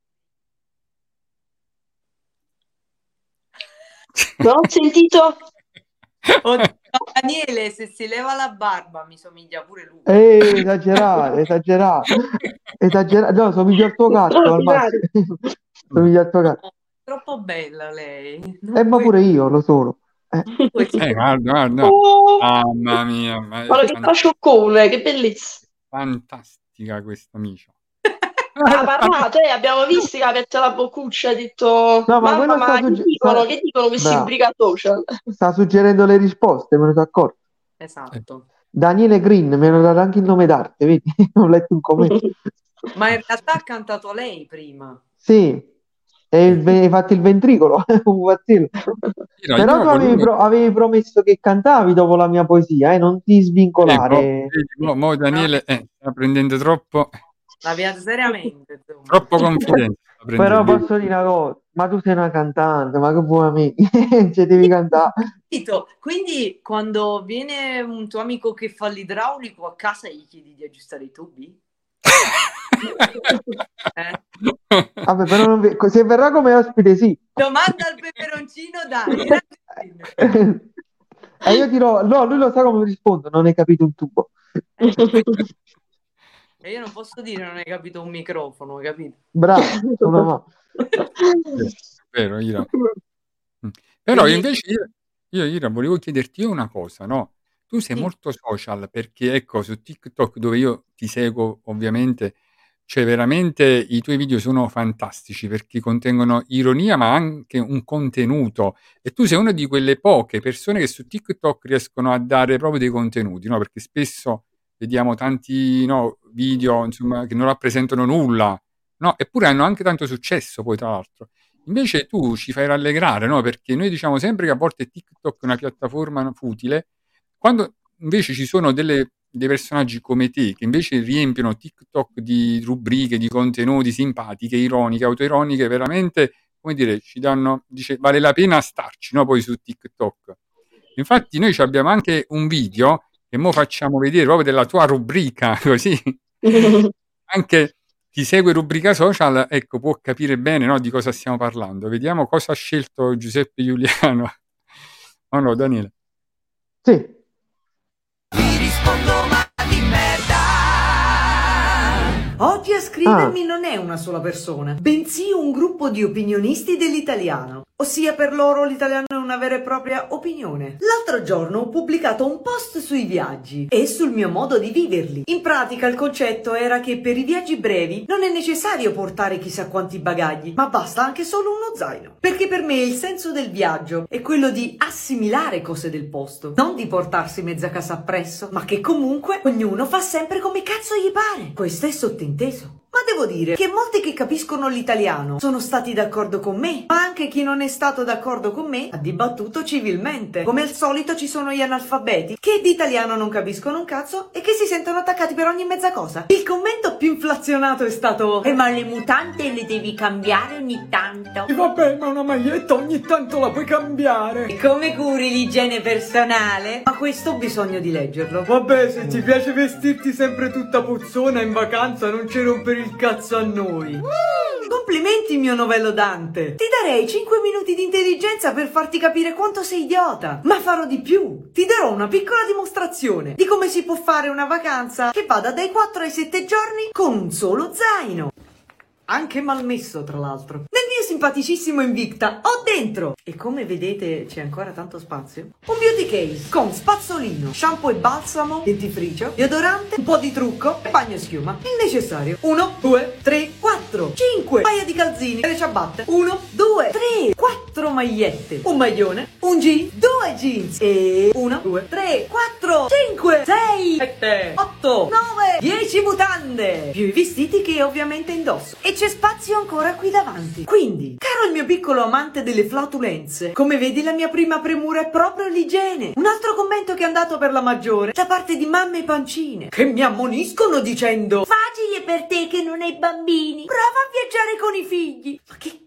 Non ho sentito. Oddio, Daniele, se si leva la barba mi somiglia pure lui. Esagerato. No, somiglia al tuo gatto al massimo. Somiglia al tuo gatto. No, troppo bella lei. Ma pure io lo sono. Guarda. Oh, Mamma mia, ma è guarda che trascioccone, che bellissimo. fantastica questa micia. Ha parlato, abbiamo visto che ha aperto la boccuccia e ha detto No, ma mamma, quello ma che dicono questi Bravo. briga social? Sta suggerendo le risposte, me ne sono accorto. Esatto. Daniele Green, mi hanno dato anche il nome d'arte, vedi? Ho letto un commento. Ma in realtà ha cantato lei prima. Sì, hai fatto il ventricolo, un vacillo. Però tu avevi promesso che cantavi dopo la mia poesia, non ti svincolare. Mo Daniele sta prendendo troppo. La piazza seriamente. Insomma. Troppo confidenza. Però posso dire una cosa, ma tu sei una cantante, ma che vuoi a me? Cioè, devi cantare. Quindi quando viene un tuo amico che fa l'idraulico a casa gli chiedi di aggiustare i tubi? Vabbè, però se verrà come ospite, sì. Domanda al peperoncino, dai. E io dirò, no, lui lo sa come rispondo, non hai capito un tubo. E io non posso dire non hai capito un microfono, hai capito? Bravo, vero, Ira. Però invece io volevo chiederti una cosa, no? Tu sei molto social perché ecco su TikTok dove io ti seguo ovviamente, cioè veramente i tuoi video sono fantastici perché contengono ironia ma anche un contenuto e tu sei una di quelle poche persone che su TikTok riescono a dare proprio dei contenuti, no? Perché spesso vediamo tanti video insomma, che non rappresentano nulla, no? Eppure hanno anche tanto successo poi tra l'altro. Invece tu ci fai rallegrare, no? Perché noi diciamo sempre che a volte TikTok è una piattaforma futile, quando invece ci sono dei personaggi come te che invece riempiono TikTok di rubriche, di contenuti simpatiche, ironiche, autoironiche, veramente, come dire, ci danno, dice, vale la pena starci, no? Poi su TikTok. Infatti noi abbiamo anche un video che mo facciamo vedere proprio della tua rubrica, così anche chi segue rubrica social, ecco, può capire bene, no, di cosa stiamo parlando. Vediamo cosa ha scelto Giuseppe Giuliano. Oh no, Daniele. Sì. Ti rispondo ma di merda. Oggi a scrivermi non è una sola persona, bensì un gruppo di opinionisti dell'italiano. Ossia per loro l'italiano è una vera e propria opinione. L'altro giorno ho pubblicato un post sui viaggi e sul mio modo di viverli. In pratica il concetto era che per i viaggi brevi non è necessario portare chissà quanti bagagli, ma basta anche solo uno zaino. Perché per me il senso del viaggio è quello di assimilare cose del posto, non di portarsi mezza casa appresso, ma che comunque ognuno fa sempre come cazzo gli pare. Questo è sottinteso. Ma devo dire che molti che capiscono l'italiano sono stati d'accordo con me, ma anche chi non è stato d'accordo con me ha dibattuto civilmente. Come al solito ci sono gli analfabeti che di italiano non capiscono un cazzo e che si sentono attaccati per ogni mezza cosa. Il commento più inflazionato è stato: ma le mutande le devi cambiare ogni tanto. E vabbè, ma una maglietta ogni tanto la puoi cambiare. E come curi l'igiene personale? Ma questo ho bisogno di leggerlo. Vabbè, se ti piace vestirti sempre tutta puzzona in vacanza, non ci rompere il cazzo a noi. Complimenti, mio novello Dante. Ti darei 5 minuti di intelligenza per farti capire quanto sei idiota. Ma farò di più. Ti darò una piccola dimostrazione di come si può fare una vacanza che vada dai 4 ai 7 giorni con un solo zaino. Anche malmesso, tra l'altro. Nel mio simpaticissimo Invicta ho dentro, e come vedete c'è ancora tanto spazio, un beauty case con spazzolino, shampoo e balsamo, dentifricio, deodorante, un po' di trucco e bagno schiuma. Il necessario: 1, 2, 3, 4, 5 paia di calzini e le ciabatte, 1, 2, 3, 4 magliette, un maglione, un jeans, 2 jeans e 1, 2, 3, 4, 5, 6, 7, 8, 9, 10 mutande, più i vestiti che ovviamente indosso. E c'è spazio ancora qui davanti. Quindi, caro il mio piccolo amante delle flatulenze, come vedi la mia prima premura è proprio l'igiene. Un altro commento che è andato per la maggiore da parte di mamme pancine, che mi ammoniscono dicendo: facile per te che non hai bambini, prova a viaggiare con i figli. Ma che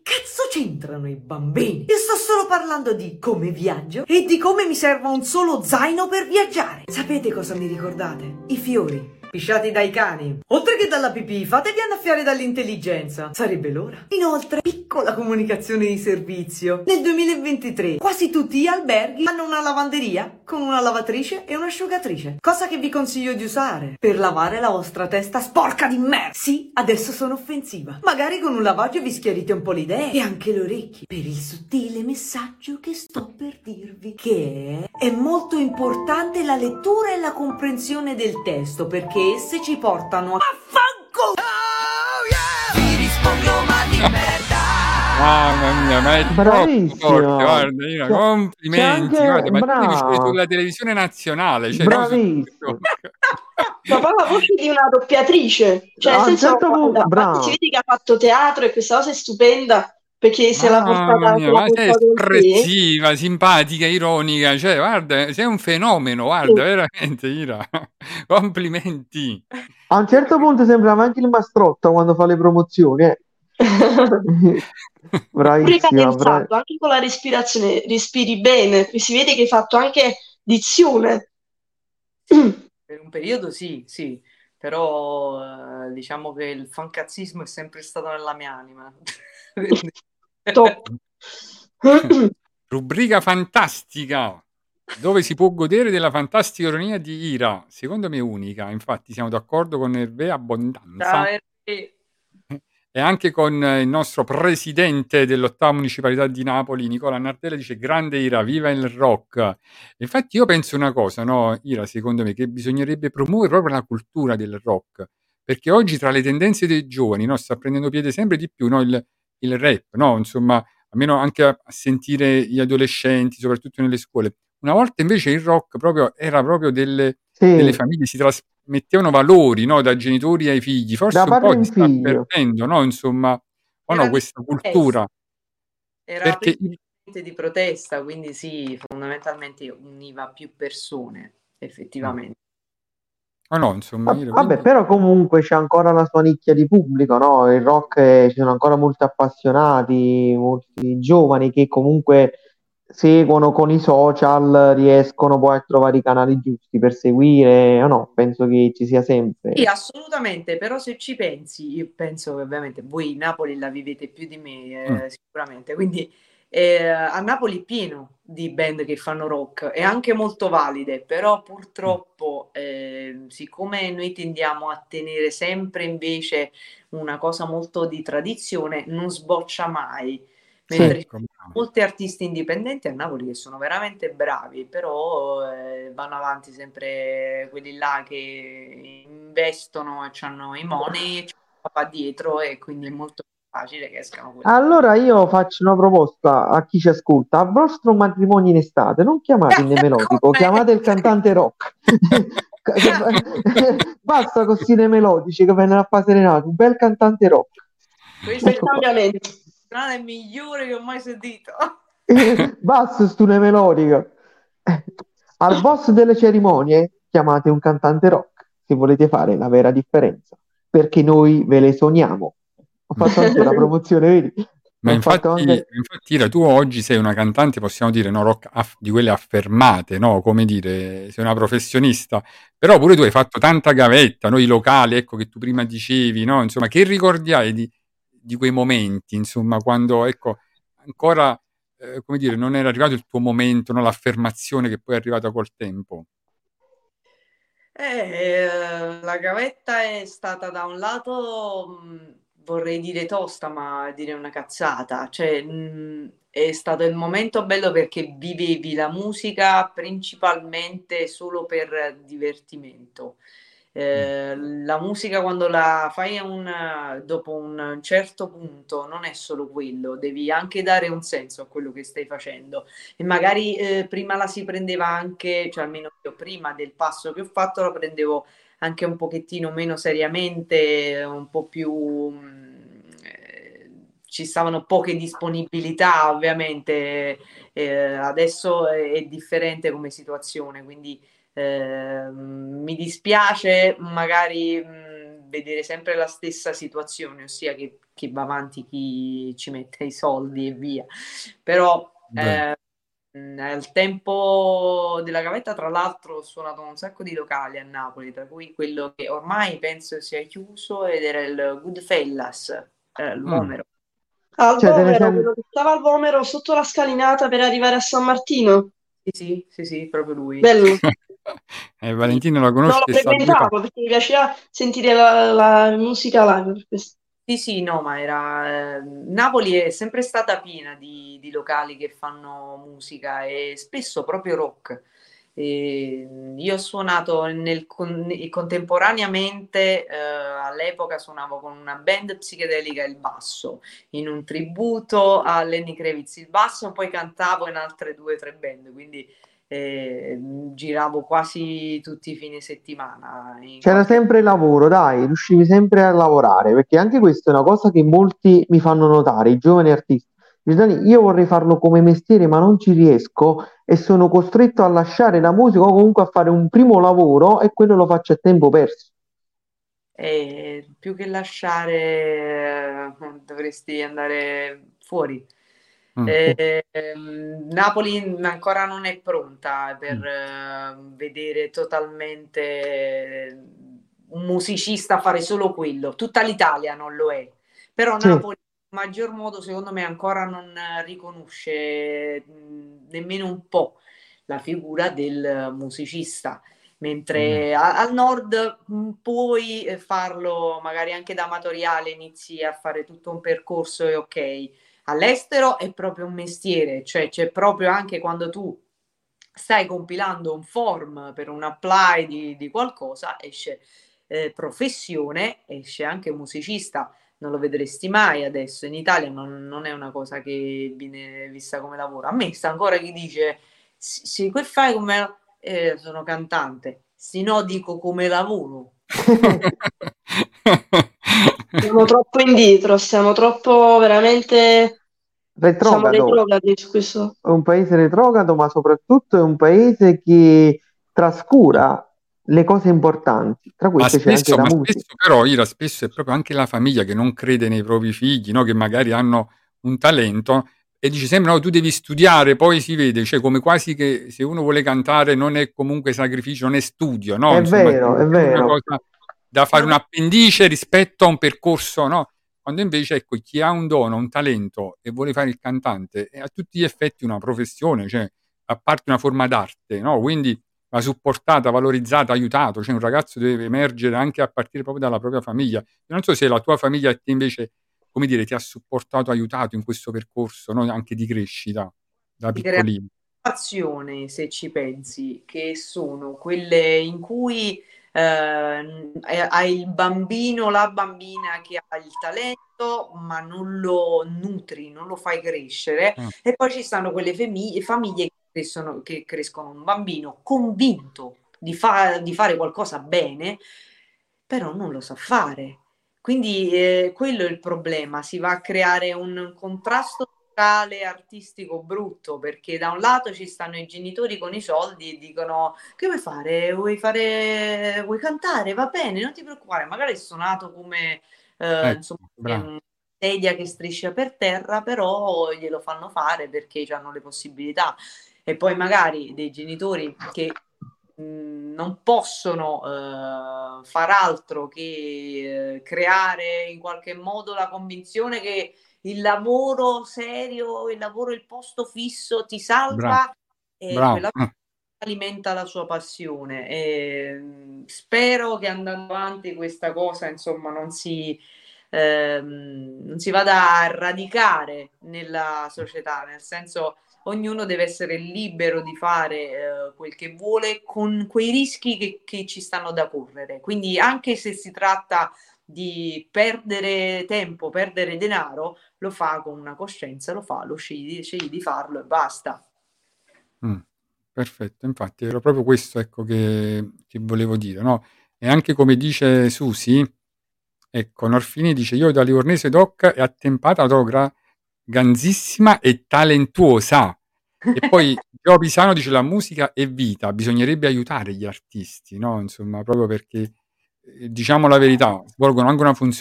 cazzo c'entrano i bambini? Io sto solo parlando di come viaggio e di come mi serva un solo zaino per viaggiare. Sapete cosa mi ricordate? I fiori. Pisciati dai cani. Oltre che dalla pipì, fatevi annaffiare dall'intelligenza. Sarebbe l'ora. Inoltre, piccola comunicazione di servizio. Nel 2023, quasi tutti gli alberghi hanno una lavanderia con una lavatrice e un'asciugatrice. Cosa che vi consiglio di usare per lavare la vostra testa sporca di merda. Sì, adesso sono offensiva. Magari con un lavaggio vi schiarite un po' le idee e anche le orecchie per il sottile messaggio che sto per dirvi, che è molto importante la lettura e la comprensione del testo, perché esse ci portano a fanculo. Ti rispondo ma di merda. Mamma mia, ma è troppo Bravissimo. forte, guarda, Ira, C'è complimenti, anche, guarda, ma tu devi uscire bravo, sulla televisione nazionale, cioè non su bravissimo. TikTok. Ma poi la voce di una doppiatrice, cioè A nel un senso, certo punto, guarda, si bravo. vede che ha fatto teatro e questa cosa è stupenda perché se l'ha Mamma portata, mia, se l'ha ma sei portato con te. espressiva, simpatica, ironica, cioè guarda, sei un fenomeno, guarda, veramente, Ira, complimenti. A un certo punto sembrava anche il Mastrotto quando fa le promozioni, eh. Pure Bravissima, cadenzato, anche con la respirazione, respiri bene, si vede che hai fatto anche dizione. Per un periodo sì, però diciamo che il fancazzismo è sempre stato nella mia anima. Quindi- Top. Rubrica fantastica, dove si può godere della fantastica ironia di Ira, secondo me unica, infatti siamo d'accordo con Hervé Ciao, Abbondanza Enrico. e anche con il nostro presidente dell'8ª municipalità di Napoli, Nicola Nardella, dice grande Ira, viva il rock. Infatti io penso una cosa, no, Ira, secondo me, che bisognerebbe promuovere proprio la cultura del rock, perché oggi tra le tendenze dei giovani, no, sta prendendo piede sempre di più, no, il rap, no, insomma, almeno anche a sentire gli adolescenti, soprattutto nelle scuole. Una volta invece il rock proprio era proprio delle sì, famiglie, si trasmettevano valori, no, da genitori ai figli. Forse da un po' padre si in sta figlio. perdendo, no, insomma, o no, Era di questa protesta, cultura, era perché principalmente di protesta, quindi sì, fondamentalmente univa più persone, effettivamente. o no, insomma, io Vabbè, quindi però comunque c'è ancora la sua nicchia di pubblico, no? Il rock, ci sono ancora molti appassionati, molti giovani che comunque seguono con i social, riescono poi a trovare i canali giusti per seguire, o no? Penso che ci sia Sì, sempre. assolutamente, però se ci pensi, io penso che ovviamente voi Napoli la vivete più di me, sicuramente, quindi a Napoli è pieno di band che fanno rock e anche molto valide, però purtroppo siccome noi tendiamo a tenere sempre invece una cosa molto di tradizione, non sboccia mai, mentre Sì. ecco, bravo. molti artisti indipendenti a Napoli che sono veramente bravi, però vanno avanti sempre quelli là che investono e hanno i money, c'è un papà dietro e quindi è molto facile che escano quelli. Allora io faccio una proposta a chi ci ascolta. Al vostro matrimonio in estate, non chiamate il melodico, Come? chiamate il cantante rock. Basta con questi melodici che vengono a fare serenate, un bel cantante rock. Questo è Bel cambiamento. il canale migliore che ho mai sentito. Basta stune melodiche. Al boss delle cerimonie chiamate un cantante rock se volete fare la vera differenza, perché noi ve le suoniamo. Ho fatto anche la promozione, vedi? Ma Ho fatto infatti, anche... Ira, tu oggi sei una cantante, possiamo dire, no, rock di quelle affermate, no? Come dire, sei una professionista, però pure tu hai fatto tanta gavetta, no? I locali, ecco, che tu prima dicevi, no? Insomma, che ricordi hai di quei momenti, insomma, quando, ecco, ancora, come dire, non era arrivato il tuo momento, no? L'affermazione che poi è arrivata col tempo. La gavetta è stata da un lato, vorrei dire tosta, ma dire una cazzata. Cioè, è stato il momento bello perché vivevi la musica principalmente solo per divertimento. La musica quando la fai dopo un certo punto non è solo quello, devi anche dare un senso a quello che stai facendo. E magari prima la si prendeva anche, cioè almeno io prima del passo che ho fatto la prendevo anche un pochettino meno seriamente, un po' più ci stavano poche disponibilità ovviamente, adesso è differente come situazione, quindi mi dispiace magari vedere sempre la stessa situazione, ossia che chi va avanti, chi ci mette i soldi e via. Però al tempo della gavetta, tra l'altro, ho suonato un sacco di locali a Napoli, tra cui quello che ormai penso sia chiuso ed era il Goodfellas, il Vomero. Al Cioè, te ne Vomero, sei... quello che stava al Vomero sotto la scalinata per arrivare a San Martino. Sì, proprio lui. Bello. Valentino la No, conosce lo e sa dove fa. frequentavo perché mi piaceva sentire la musica live. Per questo. Sì, no, ma era Napoli è sempre stata piena di locali che fanno musica e spesso proprio rock. Io ho suonato contemporaneamente, all'epoca suonavo con una band psichedelica il basso, in un tributo a Lenny Kravitz il basso, poi cantavo in altre 2 o 3 band, quindi giravo quasi tutti i fine settimana. C'era sempre lavoro, dai, riuscivi sempre a lavorare, perché anche questa è una cosa che molti mi fanno notare, i giovani artisti. Dicono, "Dani, io vorrei farlo come mestiere, ma non ci riesco e sono costretto a lasciare la musica o comunque a fare un primo lavoro e quello lo faccio a tempo perso." E più che lasciare, dovresti andare fuori. Napoli ancora non è pronta per vedere totalmente un musicista fare solo quello. Tutta l'Italia non lo è, però Sì. Napoli in maggior modo secondo me ancora non riconosce nemmeno un po' la figura del musicista. Mentre al nord puoi farlo magari anche da amatoriale, inizi a fare tutto un percorso e ok. All'estero è proprio un mestiere, cioè c'è proprio anche quando tu stai compilando un form per un apply di qualcosa, esce professione, esce anche musicista. Non lo vedresti mai adesso. In Italia non è una cosa che viene vista come lavoro. A me sta ancora chi dice, sì, che fai come... sono cantante, se no dico come lavoro. Siamo troppo indietro, siamo troppo veramente... Siamo Retrogrado, retrogradi su questo. è un paese retrogrado, ma soprattutto è un paese che trascura le cose importanti, tra queste c'è anche la Ma musica. spesso però, Ira, spesso è proprio anche la famiglia che non crede nei propri figli, no? Che magari hanno un talento e dice sempre no, tu devi studiare, poi si vede, cioè come quasi che se uno vuole cantare non è comunque sacrificio, non è studio, no? È Insomma, vero, è è una vero. cosa da fare un appendice rispetto a un percorso, no? Quando invece, ecco, chi ha un dono, un talento e vuole fare il cantante è a tutti gli effetti una professione, cioè a parte una forma d'arte, no? Quindi va supportata, valorizzata, aiutato, cioè un ragazzo deve emergere anche a partire proprio dalla propria famiglia. Io non so se la tua famiglia ti invece, come dire, ti ha supportato, aiutato in questo percorso, no? Anche di crescita da Di creare piccolino. situazioni, se ci pensi, che sono quelle in cui hai il bambino, la bambina che ha il talento, ma non lo nutri, non lo fai crescere, e poi ci stanno quelle famiglie che crescono un bambino convinto di fare qualcosa bene, però non lo sa fare. Quindi quello è il problema, si va a creare un contrasto sociale artistico brutto, perché da un lato ci stanno i genitori con i soldi e dicono che vuoi fare? Vuoi cantare? Va bene, non ti preoccupare, magari è suonato come insomma, una sedia che striscia per terra, però glielo fanno fare perché hanno le possibilità. E poi magari dei genitori che non possono far altro che creare in qualche modo la convinzione che il lavoro serio, il posto fisso ti salva e quella alimenta la sua passione. E, spero che andando avanti questa cosa, insomma, non si vada a radicare nella società, nel senso ognuno deve essere libero di fare quel che vuole con quei rischi che ci stanno da correre. Quindi anche se si tratta di perdere tempo, perdere denaro, lo fa con una coscienza, lo scegli di farlo e basta. Perfetto, infatti era proprio questo, ecco, che volevo dire, no? E anche come dice Susi, ecco, Norfini dice io da Livornese d'Oc è attempata, la trovo ganzissima e talentuosa. E poi Gio Pisano dice la musica è vita, bisognerebbe aiutare gli artisti, no? Insomma, proprio perché, diciamo la verità, svolgono anche una funzione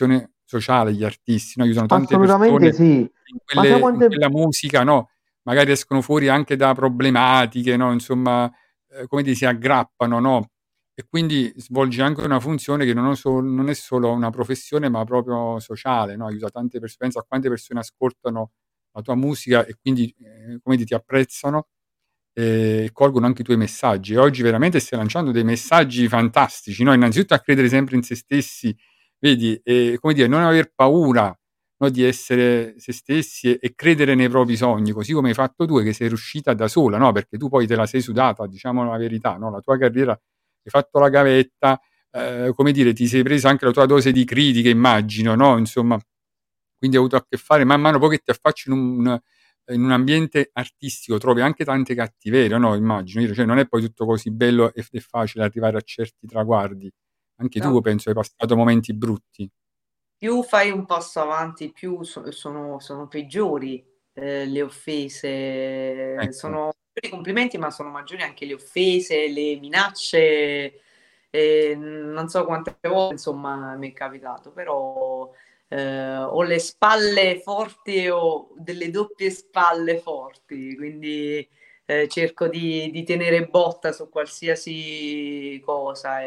sociale gli artisti, no? Aiutano tante Assolutamente persone sì. Ma sai in quante... quella musica, no? Magari escono fuori anche da problematiche, no? Insomma, come dire, si aggrappano, no? E quindi svolge anche una funzione che non è solo una professione, ma proprio sociale, no? Aiuta tante persone. Pensa a quante persone ascoltano la tua musica e quindi, come dire, ti apprezzano e colgono anche i tuoi messaggi. E oggi veramente stai lanciando dei messaggi fantastici, no? Innanzitutto a credere sempre in se stessi, vedi, e come dire, non aver paura, no, di essere se stessi e credere nei propri sogni, così come hai fatto tu, e che sei riuscita da sola, no? Perché tu poi te la sei sudata, diciamo la verità, no? La tua carriera, hai fatto la gavetta, come dire, ti sei presa anche la tua dose di critiche, immagino, no? Insomma, quindi hai avuto a che fare man mano poi che ti affacci in un ambiente artistico, trovi anche tante cattiverie, no? Immagino, cioè non è poi tutto così bello e facile arrivare a certi traguardi. Anche tu No. penso hai passato momenti brutti. Più fai un passo avanti, più sono peggiori le offese, Ecco. sono i complimenti, ma sono maggiori anche le offese, le minacce. Non so quante volte, insomma, mi è capitato, però ho le spalle forti o delle doppie spalle forti, quindi cerco di tenere botta su qualsiasi cosa.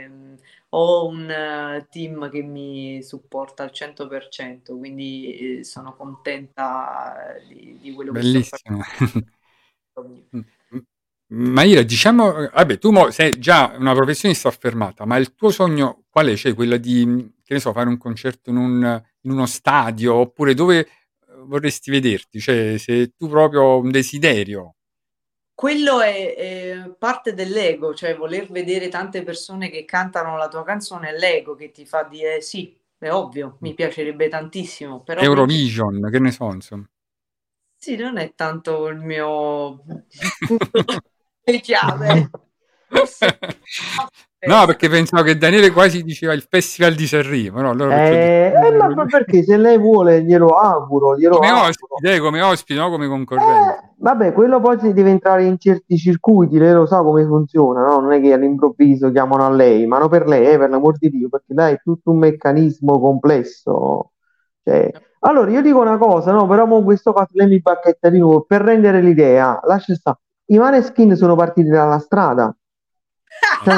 Ho un team che mi supporta al 100%, quindi sono contenta di quello che sto Bellissimo. facendo. Ma Ira, diciamo, vabbè, tu sei già una professionista affermata, ma il tuo sogno qual è? Cioè, quella di, che ne so, fare un concerto in uno stadio, oppure dove vorresti vederti? Cioè, se tu proprio un desiderio. Quello è parte dell'ego, cioè voler vedere tante persone che cantano la tua canzone è l'ego che ti fa dire sì, è ovvio, mi piacerebbe tantissimo, però poi Eurovision, che ne so, insomma. sì, non è tanto il mio punto chiave. Forse No, perché pensavo che Daniele quasi diceva il Festival di Sanremo, no? Allora perciò ho detto, ma perché se lei vuole glielo auguro, come ospite, no? Come concorrente. Vabbè, quello poi si deve entrare in certi circuiti, lei lo sa come funziona, no? Non è che all'improvviso chiamano a lei, ma non per lei, per l'amor di Dio, perché dai, è tutto un meccanismo complesso. Cioè, allora, io dico una cosa, no? Però mo questo caso lei mi bacchetta di nuovo, per rendere l'idea, lascia stare. I Maneskin sono partiti dalla strada. Cioè,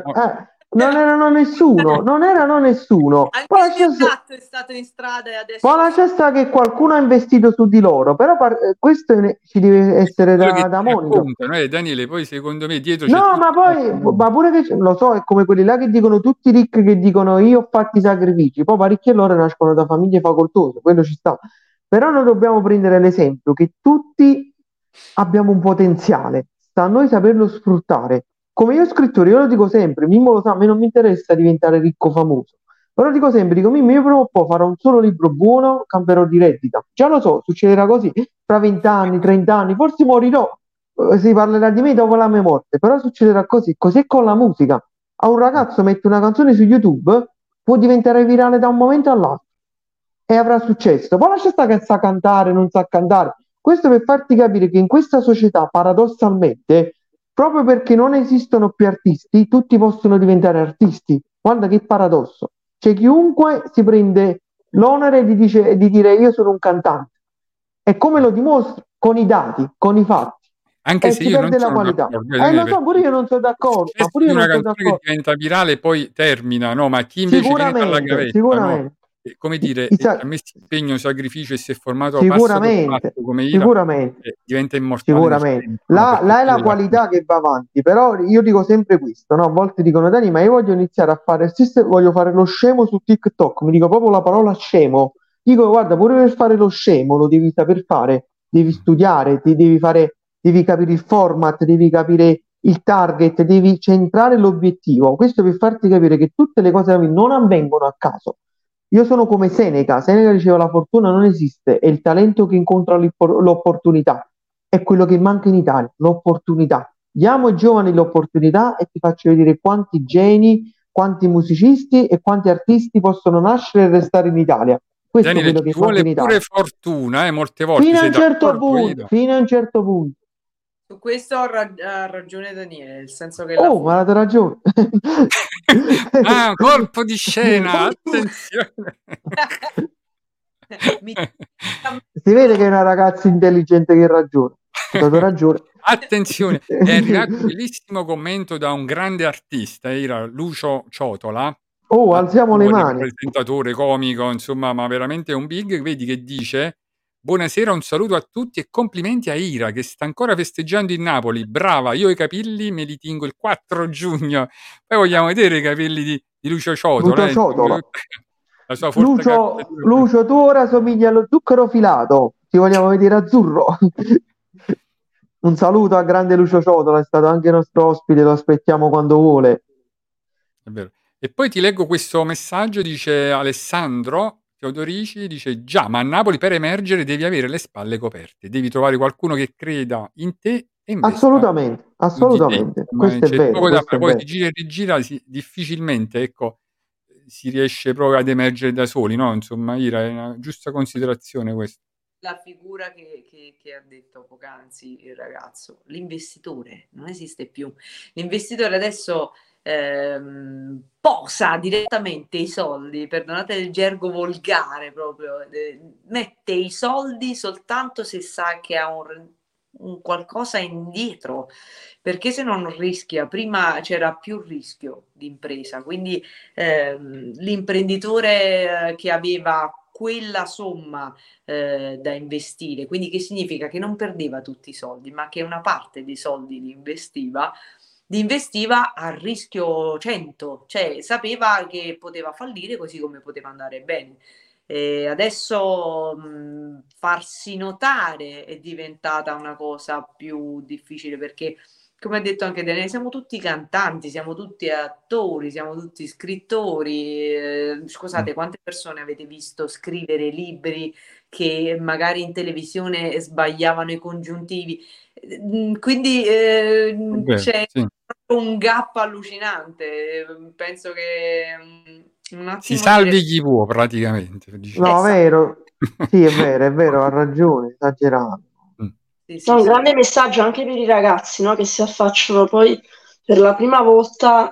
non erano nessuno, non erano nessuno. anche Poi il lascia mio sta- gatto è stato in strada e adesso poi lascia stare che qualcuno ha investito su di loro, però questo ci deve essere Quello che da ti monito. raccontano, Daniele, poi secondo me dietro c'è No, tutto ma poi, ma pure che lo so, è come quelli là che dicono tutti i ricchi che dicono io ho fatto i sacrifici, poi parecchi loro nascono da famiglie facoltose, quello ci sta. Però noi dobbiamo prendere l'esempio che tutti abbiamo un potenziale, sta a noi saperlo sfruttare. Come io scrittore, io lo dico sempre, Mimmo lo sa, a me non mi interessa diventare ricco famoso, però dico sempre, dico Mimmo, io prima o poi farò un solo libro buono, camperò di reddita. Già lo so, succederà così, tra 20 anni, 30 anni, forse morirò, si parlerà di me dopo la mia morte, però succederà così. Così è con la musica. A un ragazzo mette una canzone su YouTube, può diventare virale da un momento all'altro e avrà successo. Poi lascia stare che sa cantare, non sa cantare. Questo per farti capire che in questa società, paradossalmente, proprio perché non esistono più artisti, tutti possono diventare artisti. Guarda che paradosso. C'è chiunque si prende l'onere di dire io sono un cantante. E come lo dimostri? Con i dati, con i fatti. Anche E se si io non perde la sono qualità. d'accordo, Lo Daniele, so, pure io non sono d'accordo, ma successo pure di io una non sono canzone che d'accordo. diventa virale poi termina, no? Ma chi invece viene dalla Sicuramente, gavetta, no? sicuramente. Come dire, Isa- ha messo impegno, sacrificio e si è formato passo dopo Sicuramente, passo come Ira, sicuramente, diventa immortale nel sicuramente. tempo, no? Là, Perché là è la poi qualità che va avanti, però io dico sempre questo, no? A volte dicono Dani, ma io voglio iniziare a fare il sistema, voglio fare lo scemo su TikTok, mi dico proprio la parola scemo. Dico, guarda, pure per fare lo scemo lo devi saper fare, devi studiare, ti devi fare, devi capire il format, devi capire il target, devi centrare l'obiettivo. Questo per farti capire che tutte le cose non avvengono a caso. Io sono come Seneca. Seneca diceva la fortuna non esiste, è il talento che incontra l'opportunità. È quello che manca in Italia, l'opportunità. Diamo ai giovani l'opportunità e ti faccio vedere quanti geni, quanti musicisti e quanti artisti possono nascere e restare in Italia. Questo è Daniele, quello che ci manca vuole in pure Italia. fortuna, molte volte Fino a sei un certo d'accordo, punto, Ira? fino a un certo punto. su questo ha ragione Daniele, nel senso che la Oh, ma avete ragione. Ah, colpo di scena, attenzione. Mi- Si vede che è una ragazza intelligente che ragiona. Ho dato ragione. Attenzione, è arrivato un bellissimo commento da un grande artista, era Lucio Ciotola, Oh, alziamo le attore, mani. presentatore, comico, insomma, ma veramente un big, vedi che dice: buonasera, un saluto a tutti e complimenti a Ira che sta ancora festeggiando in Napoli, brava, io i capelli me li tingo il 4 giugno, poi vogliamo vedere i capelli di Lucio Ciotola, Lucio Ciotola. la sua forte caratteristica. Lucio, tu ora somigli allo zucchero filato. Ti vogliamo vedere azzurro. Un saluto a grande Lucio Ciotola, è stato anche nostro ospite, lo aspettiamo quando vuole. È vero. E poi ti leggo questo messaggio, dice Alessandro Teodorici, dice: già, ma a Napoli per emergere devi avere le spalle coperte, devi trovare qualcuno che creda in te e investa Assolutamente, su di te. assolutamente. Insomma, Questo è c'è vero, poco da questo fare. è Poi vero. si gira e rigira, difficilmente, ecco, si riesce proprio ad emergere da soli, no? Insomma, Ira, è una giusta considerazione questa. La figura che ha detto poc'anzi il ragazzo, l'investitore, non esiste più. L'investitore adesso posa direttamente i soldi, perdonate il gergo volgare proprio, mette i soldi soltanto se sa che ha un qualcosa indietro, perché se non rischia, prima c'era più rischio di impresa, quindi l'imprenditore che aveva quella somma da investire, quindi che significa che non perdeva tutti i soldi, ma che una parte dei soldi li investiva a rischio 100, cioè sapeva che poteva fallire così come poteva andare bene. Adesso farsi notare è diventata una cosa più difficile perché, come ha detto anche Daniele, siamo tutti cantanti, siamo tutti attori, siamo tutti scrittori. Scusate, quante persone avete visto scrivere libri che magari in televisione sbagliavano i congiuntivi? Quindi Vero, c'è sì. un gap allucinante. Penso che un Si attimo salvi chi può, praticamente. Diciamo. No, Esatto. vero. Sì, è vero, ha ragione, esagerato. Sì, È un sì. grande messaggio anche per i ragazzi, no, che si affacciano poi per la prima volta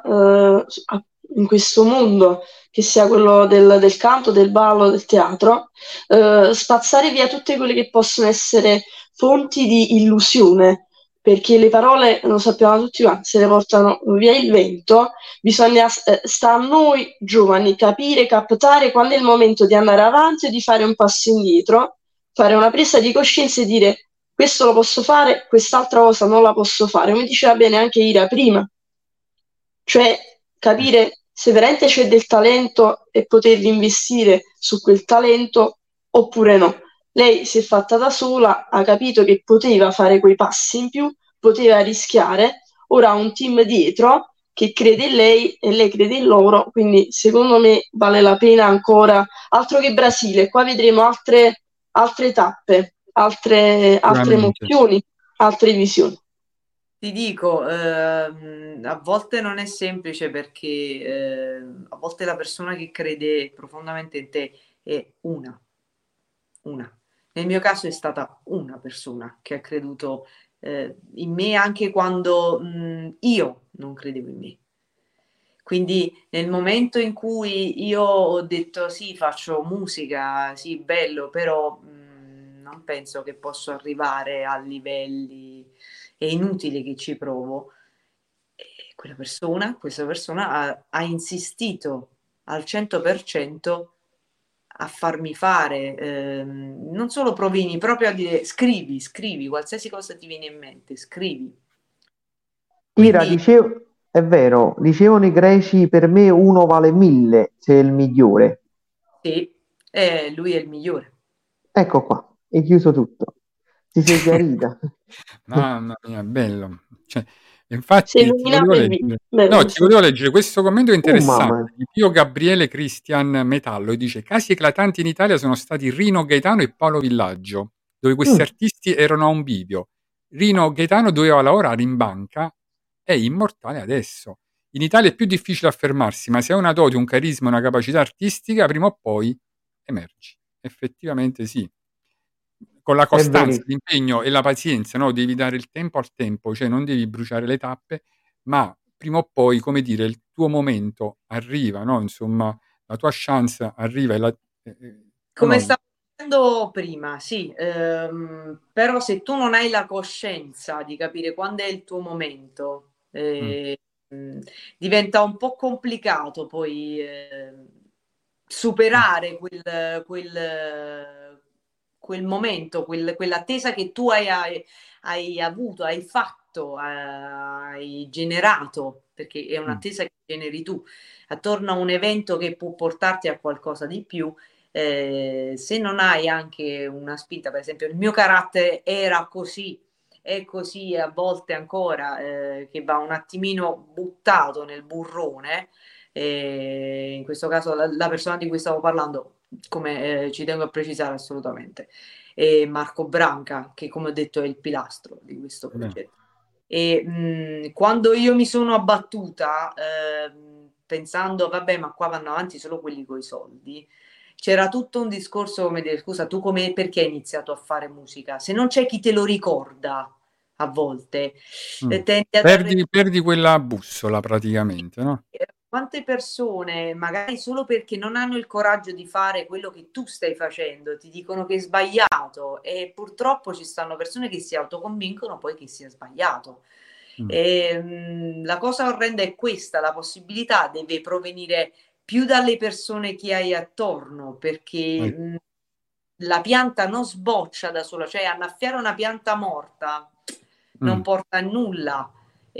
in questo mondo, che sia quello del canto, del ballo, del teatro, spazzare via tutte quelle che possono essere fonti di illusione, perché le parole, lo sappiamo tutti quanti, se le portano via il vento. Bisogna, sta a noi giovani capire, captare quando è il momento di andare avanti o di fare un passo indietro, fare una presa di coscienza e dire questo lo posso fare, quest'altra cosa non la posso fare. Come diceva bene anche Ira prima, cioè capire se veramente c'è del talento e potervi investire su quel talento oppure no. Lei si è fatta da sola, ha capito che poteva fare quei passi in più, poteva rischiare, ora ha un team dietro che crede in lei e lei crede in loro, quindi secondo me vale la pena ancora, altro che Brasile, qua vedremo altre tappe, altre Sicuramente. emozioni, altre visioni. Ti dico, a volte non è semplice perché a volte la persona che crede profondamente in te è una. Nel mio caso è stata una persona che ha creduto in me anche quando io non credevo in me. Quindi nel momento in cui io ho detto sì, faccio musica, sì, bello, però non penso che posso arrivare a livelli, è inutile che ci provo. E questa persona ha insistito al 100% a farmi fare, non solo provini, proprio a dire scrivi, qualsiasi cosa ti viene in mente, scrivi. Ira, Quindi è vero, dicevano i greci, per me uno vale mille se è il migliore. sì, lui è il migliore. Ecco qua, è chiuso tutto. Si sei chiarita. Mamma mia, bello. Cioè, Si è infatti ti volevo illuminato il video. leggere. Bello No, ti questo. volevo leggere questo commento interessante Mamma. di Pio Gabriele Cristian Metallo e dice: casi eclatanti in Italia sono stati Rino Gaetano e Paolo Villaggio, dove questi Mm. artisti erano a un bivio. Rino Gaetano doveva lavorare in banca, è immortale adesso. In Italia è più difficile affermarsi, ma se hai una dote, un carisma, una capacità artistica, prima o poi emergi. Effettivamente sì. Con la È costanza, verissimo. l'impegno e la pazienza, no? Devi dare il tempo al tempo, cioè non devi bruciare le tappe, ma prima o poi, come dire, il tuo momento arriva, no? Insomma, la tua chance arriva o Come no? stavo dicendo prima, sì, però se tu non hai la coscienza di capire quando è il tuo momento, mh, diventa un po' complicato poi superare quel momento, quell'attesa che tu hai avuto, hai fatto, hai generato, perché è un'attesa che generi tu, attorno a un evento che può portarti a qualcosa di più. Se non hai anche una spinta, per esempio, il mio carattere era così, è così a volte ancora, che va un attimino buttato nel burrone. In questo caso la persona di cui stavo parlando, come ci tengo a precisare assolutamente, è Marco Branca, che come ho detto è il pilastro di questo progetto. E quando io mi sono abbattuta, pensando, vabbè, ma qua vanno avanti solo quelli coi soldi, c'era tutto un discorso come dire, scusa, tu perché hai iniziato a fare musica? Se non c'è chi te lo ricorda, a volte, tendi ad Perdi quella bussola praticamente, no? quante persone, magari solo perché non hanno il coraggio di fare quello che tu stai facendo, ti dicono che è sbagliato, e purtroppo ci stanno persone che si autoconvincono poi che sia sbagliato. La cosa orrenda è questa: la possibilità deve provenire più dalle persone che hai attorno, perché la pianta non sboccia da sola, cioè annaffiare una pianta morta non porta a nulla.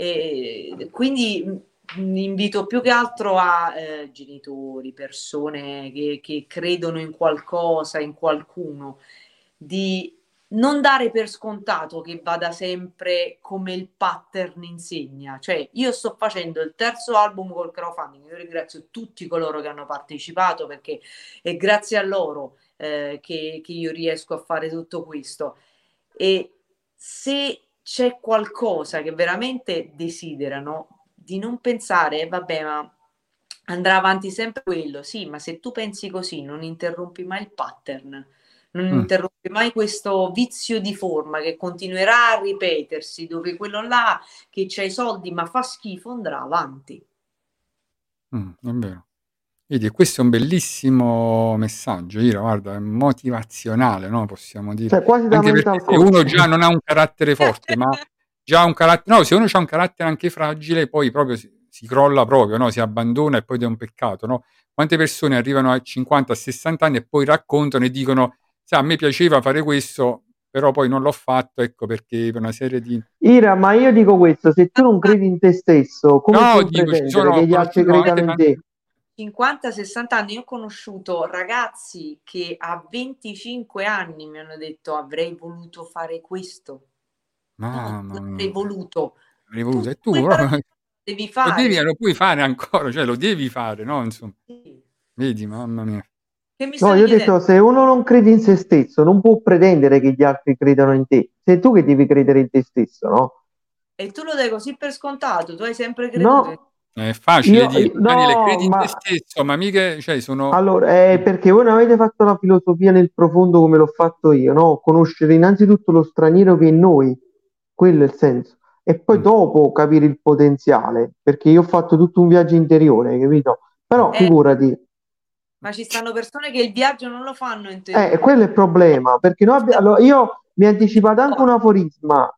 Quindi invito più che altro a genitori, persone che credono in qualcosa, in qualcuno, di non dare per scontato che vada sempre come il pattern insegna. Cioè, io sto facendo il terzo album col crowdfunding, io ringrazio tutti coloro che hanno partecipato, perché è grazie a loro che io riesco a fare tutto questo. E se c'è qualcosa che veramente desiderano, di non pensare, vabbè, ma andrà avanti sempre quello, sì, ma se tu pensi così non interrompi mai il pattern, non interrompi mai questo vizio di forma che continuerà a ripetersi, dove quello là che c'ha i soldi ma fa schifo andrà avanti. È vero. Vedi, questo è un bellissimo messaggio, Ira, guarda, è motivazionale, no? Possiamo dire. Cioè, quasi da Anche perché mental se uno coach. già non ha un carattere forte, ma già un carattere, no, se uno ha un carattere anche fragile, poi proprio si crolla proprio, no? Si abbandona, e poi è un peccato, no? Quante persone arrivano a 50, a 60 anni e poi raccontano e dicono, sai, a me piaceva fare questo, però poi non l'ho fatto, ecco, perché per una serie di... Ira, ma io dico questo: se tu non credi in te stesso, come No, puoi dico, ci pretendere sono, che ho gli altri conosciuto anche credano in te? 50-60 anni, io ho conosciuto ragazzi che a 25 anni mi hanno detto avrei voluto fare questo. No, Mamma avrei mia, voluto. avrei Tu voluto. E tu quei proprio paragoni devi fare. lo puoi fare ancora, cioè lo devi fare, no? Insomma, Sì. vedi, mamma mia. Che mi No, stavi io ho chiedendo? detto, se uno non crede in se stesso, non può pretendere che gli altri credano in te. Sei tu che devi credere in te stesso, no? E tu lo dai così per scontato, tu hai sempre creduto in... No, È facile dire, Daniele, no, credi in te ma stesso, ma mica, cioè, sono... allora, è perché voi non avete fatto la filosofia nel profondo come l'ho fatto io, no? Conoscere innanzitutto lo straniero che è in noi, quello è il senso. E poi dopo capire il potenziale, perché io ho fatto tutto un viaggio interiore, capito? Però figurati, Ma ci stanno persone che il viaggio non lo fanno interiore. quello è il problema, perché allora, io mi ha anticipato anche un aforisma,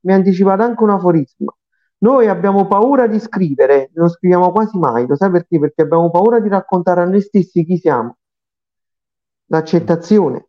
Noi abbiamo paura di scrivere, non scriviamo quasi mai, lo sai perché? Perché abbiamo paura di raccontare a noi stessi chi siamo. L'accettazione.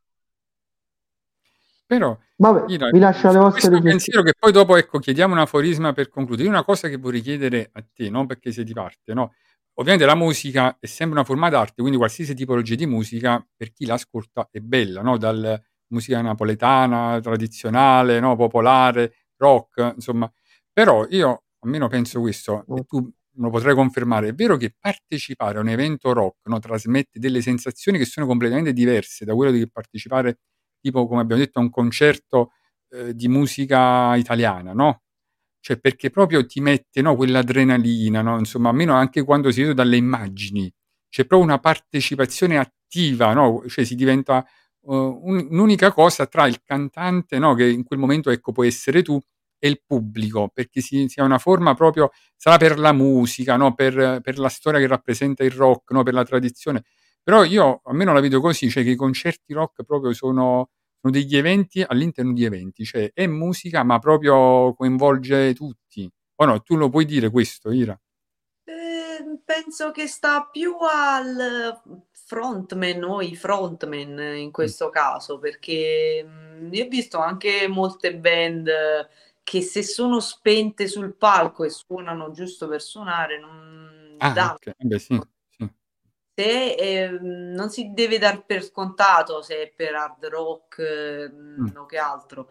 Però, Vabbè, Ira, vi lascio alle su vostre questo riflessioni. pensiero che poi dopo, ecco, chiediamo un aforisma per concludere. Io una cosa che vorrei chiedere a te, non perché sei di parte, no? Ovviamente la musica è sempre una forma d'arte, quindi qualsiasi tipologia di musica, per chi l'ascolta, è bella, no? Dal musica napoletana, tradizionale, no? Popolare, rock, insomma. Però io almeno penso questo, e tu me lo potrai confermare: è vero che partecipare a un evento rock, no? Trasmette delle sensazioni che sono completamente diverse da quello di partecipare, tipo, come abbiamo detto, a un concerto di musica italiana, no? Cioè, perché proprio ti mette, no, quell'adrenalina, no? Insomma, almeno anche quando si vede dalle immagini, c'è proprio una partecipazione attiva, no? Cioè si diventa un'unica cosa tra il cantante, no? Che in quel momento, ecco, può essere tu, e il pubblico, perché sia una forma proprio, sarà per la musica, no? Per la storia che rappresenta il rock, no? Per la tradizione. Però io almeno la vedo così, cioè che i concerti rock proprio sono degli eventi all'interno di eventi, cioè è musica ma proprio coinvolge tutti. O no, tu lo puoi dire questo, Ira? Penso che sta più al frontman o i frontman in questo caso, perché io ho visto anche molte band che se sono spente sul palco e suonano giusto per suonare, non danno. Ok. Beh, sì. Se non si deve dar per scontato se è per hard rock o che altro.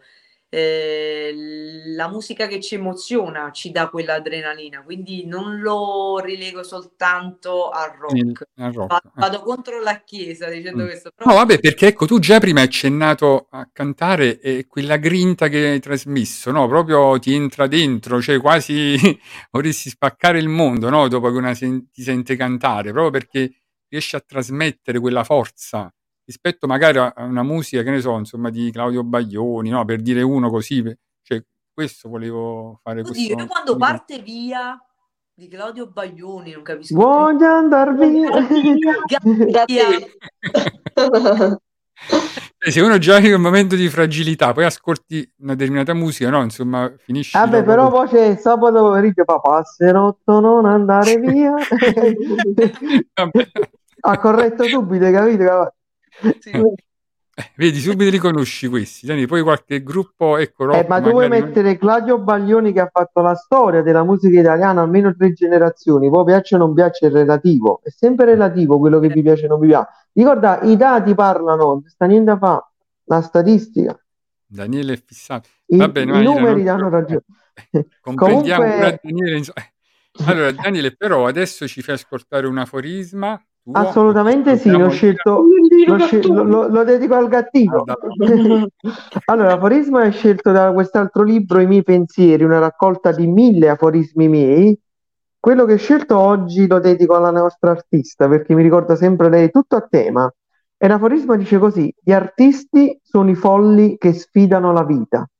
La musica che ci emoziona ci dà quell'adrenalina, quindi non lo rilego soltanto al rock. Vado contro la chiesa dicendo questo. Però... No, vabbè, perché ecco, tu già prima hai accennato a cantare e quella grinta che hai trasmesso, no? Proprio ti entra dentro, cioè quasi vorresti spaccare il mondo, no? Dopo che ti sente cantare, proprio perché riesci a trasmettere quella forza rispetto magari a una musica, che ne so, insomma, di Claudio Baglioni, no? Per dire uno così, cioè questo volevo fare. Oddio, io quando parte via di Claudio Baglioni non capisco. Voglio andar via. Se uno già in un momento di fragilità, poi ascolti una determinata musica, no? Insomma, finisci. Vabbè, però poi c'è sabato pomeriggio, papà, passerotto, non andare via. Ha corretto subito, hai capito? Sì. Vedi, subito riconosci questi. Senti, poi qualche gruppo, ecco, rock, ma tu vuoi mettere Claudio Baglioni che ha fatto la storia della musica italiana almeno 3 generazioni, poi piace o non piace è relativo, è sempre relativo quello che vi piace o non vi piace. Ricorda, i dati parlano, non sta niente a fa, la statistica. Daniele è fissato. I numeri danno ragione. Comprendiamo pure Daniele. Allora, Daniele, però adesso ci fai ascoltare un aforisma. Assolutamente sì, lo dedico al gattino. Allora, l'aforisma è scelto da quest'altro libro, I miei pensieri, una raccolta di 1000 aforismi miei. Quello che ho scelto oggi lo dedico alla nostra artista, perché mi ricorda sempre lei, tutto a tema. E l'aforisma dice così: gli artisti sono i folli che sfidano la vita.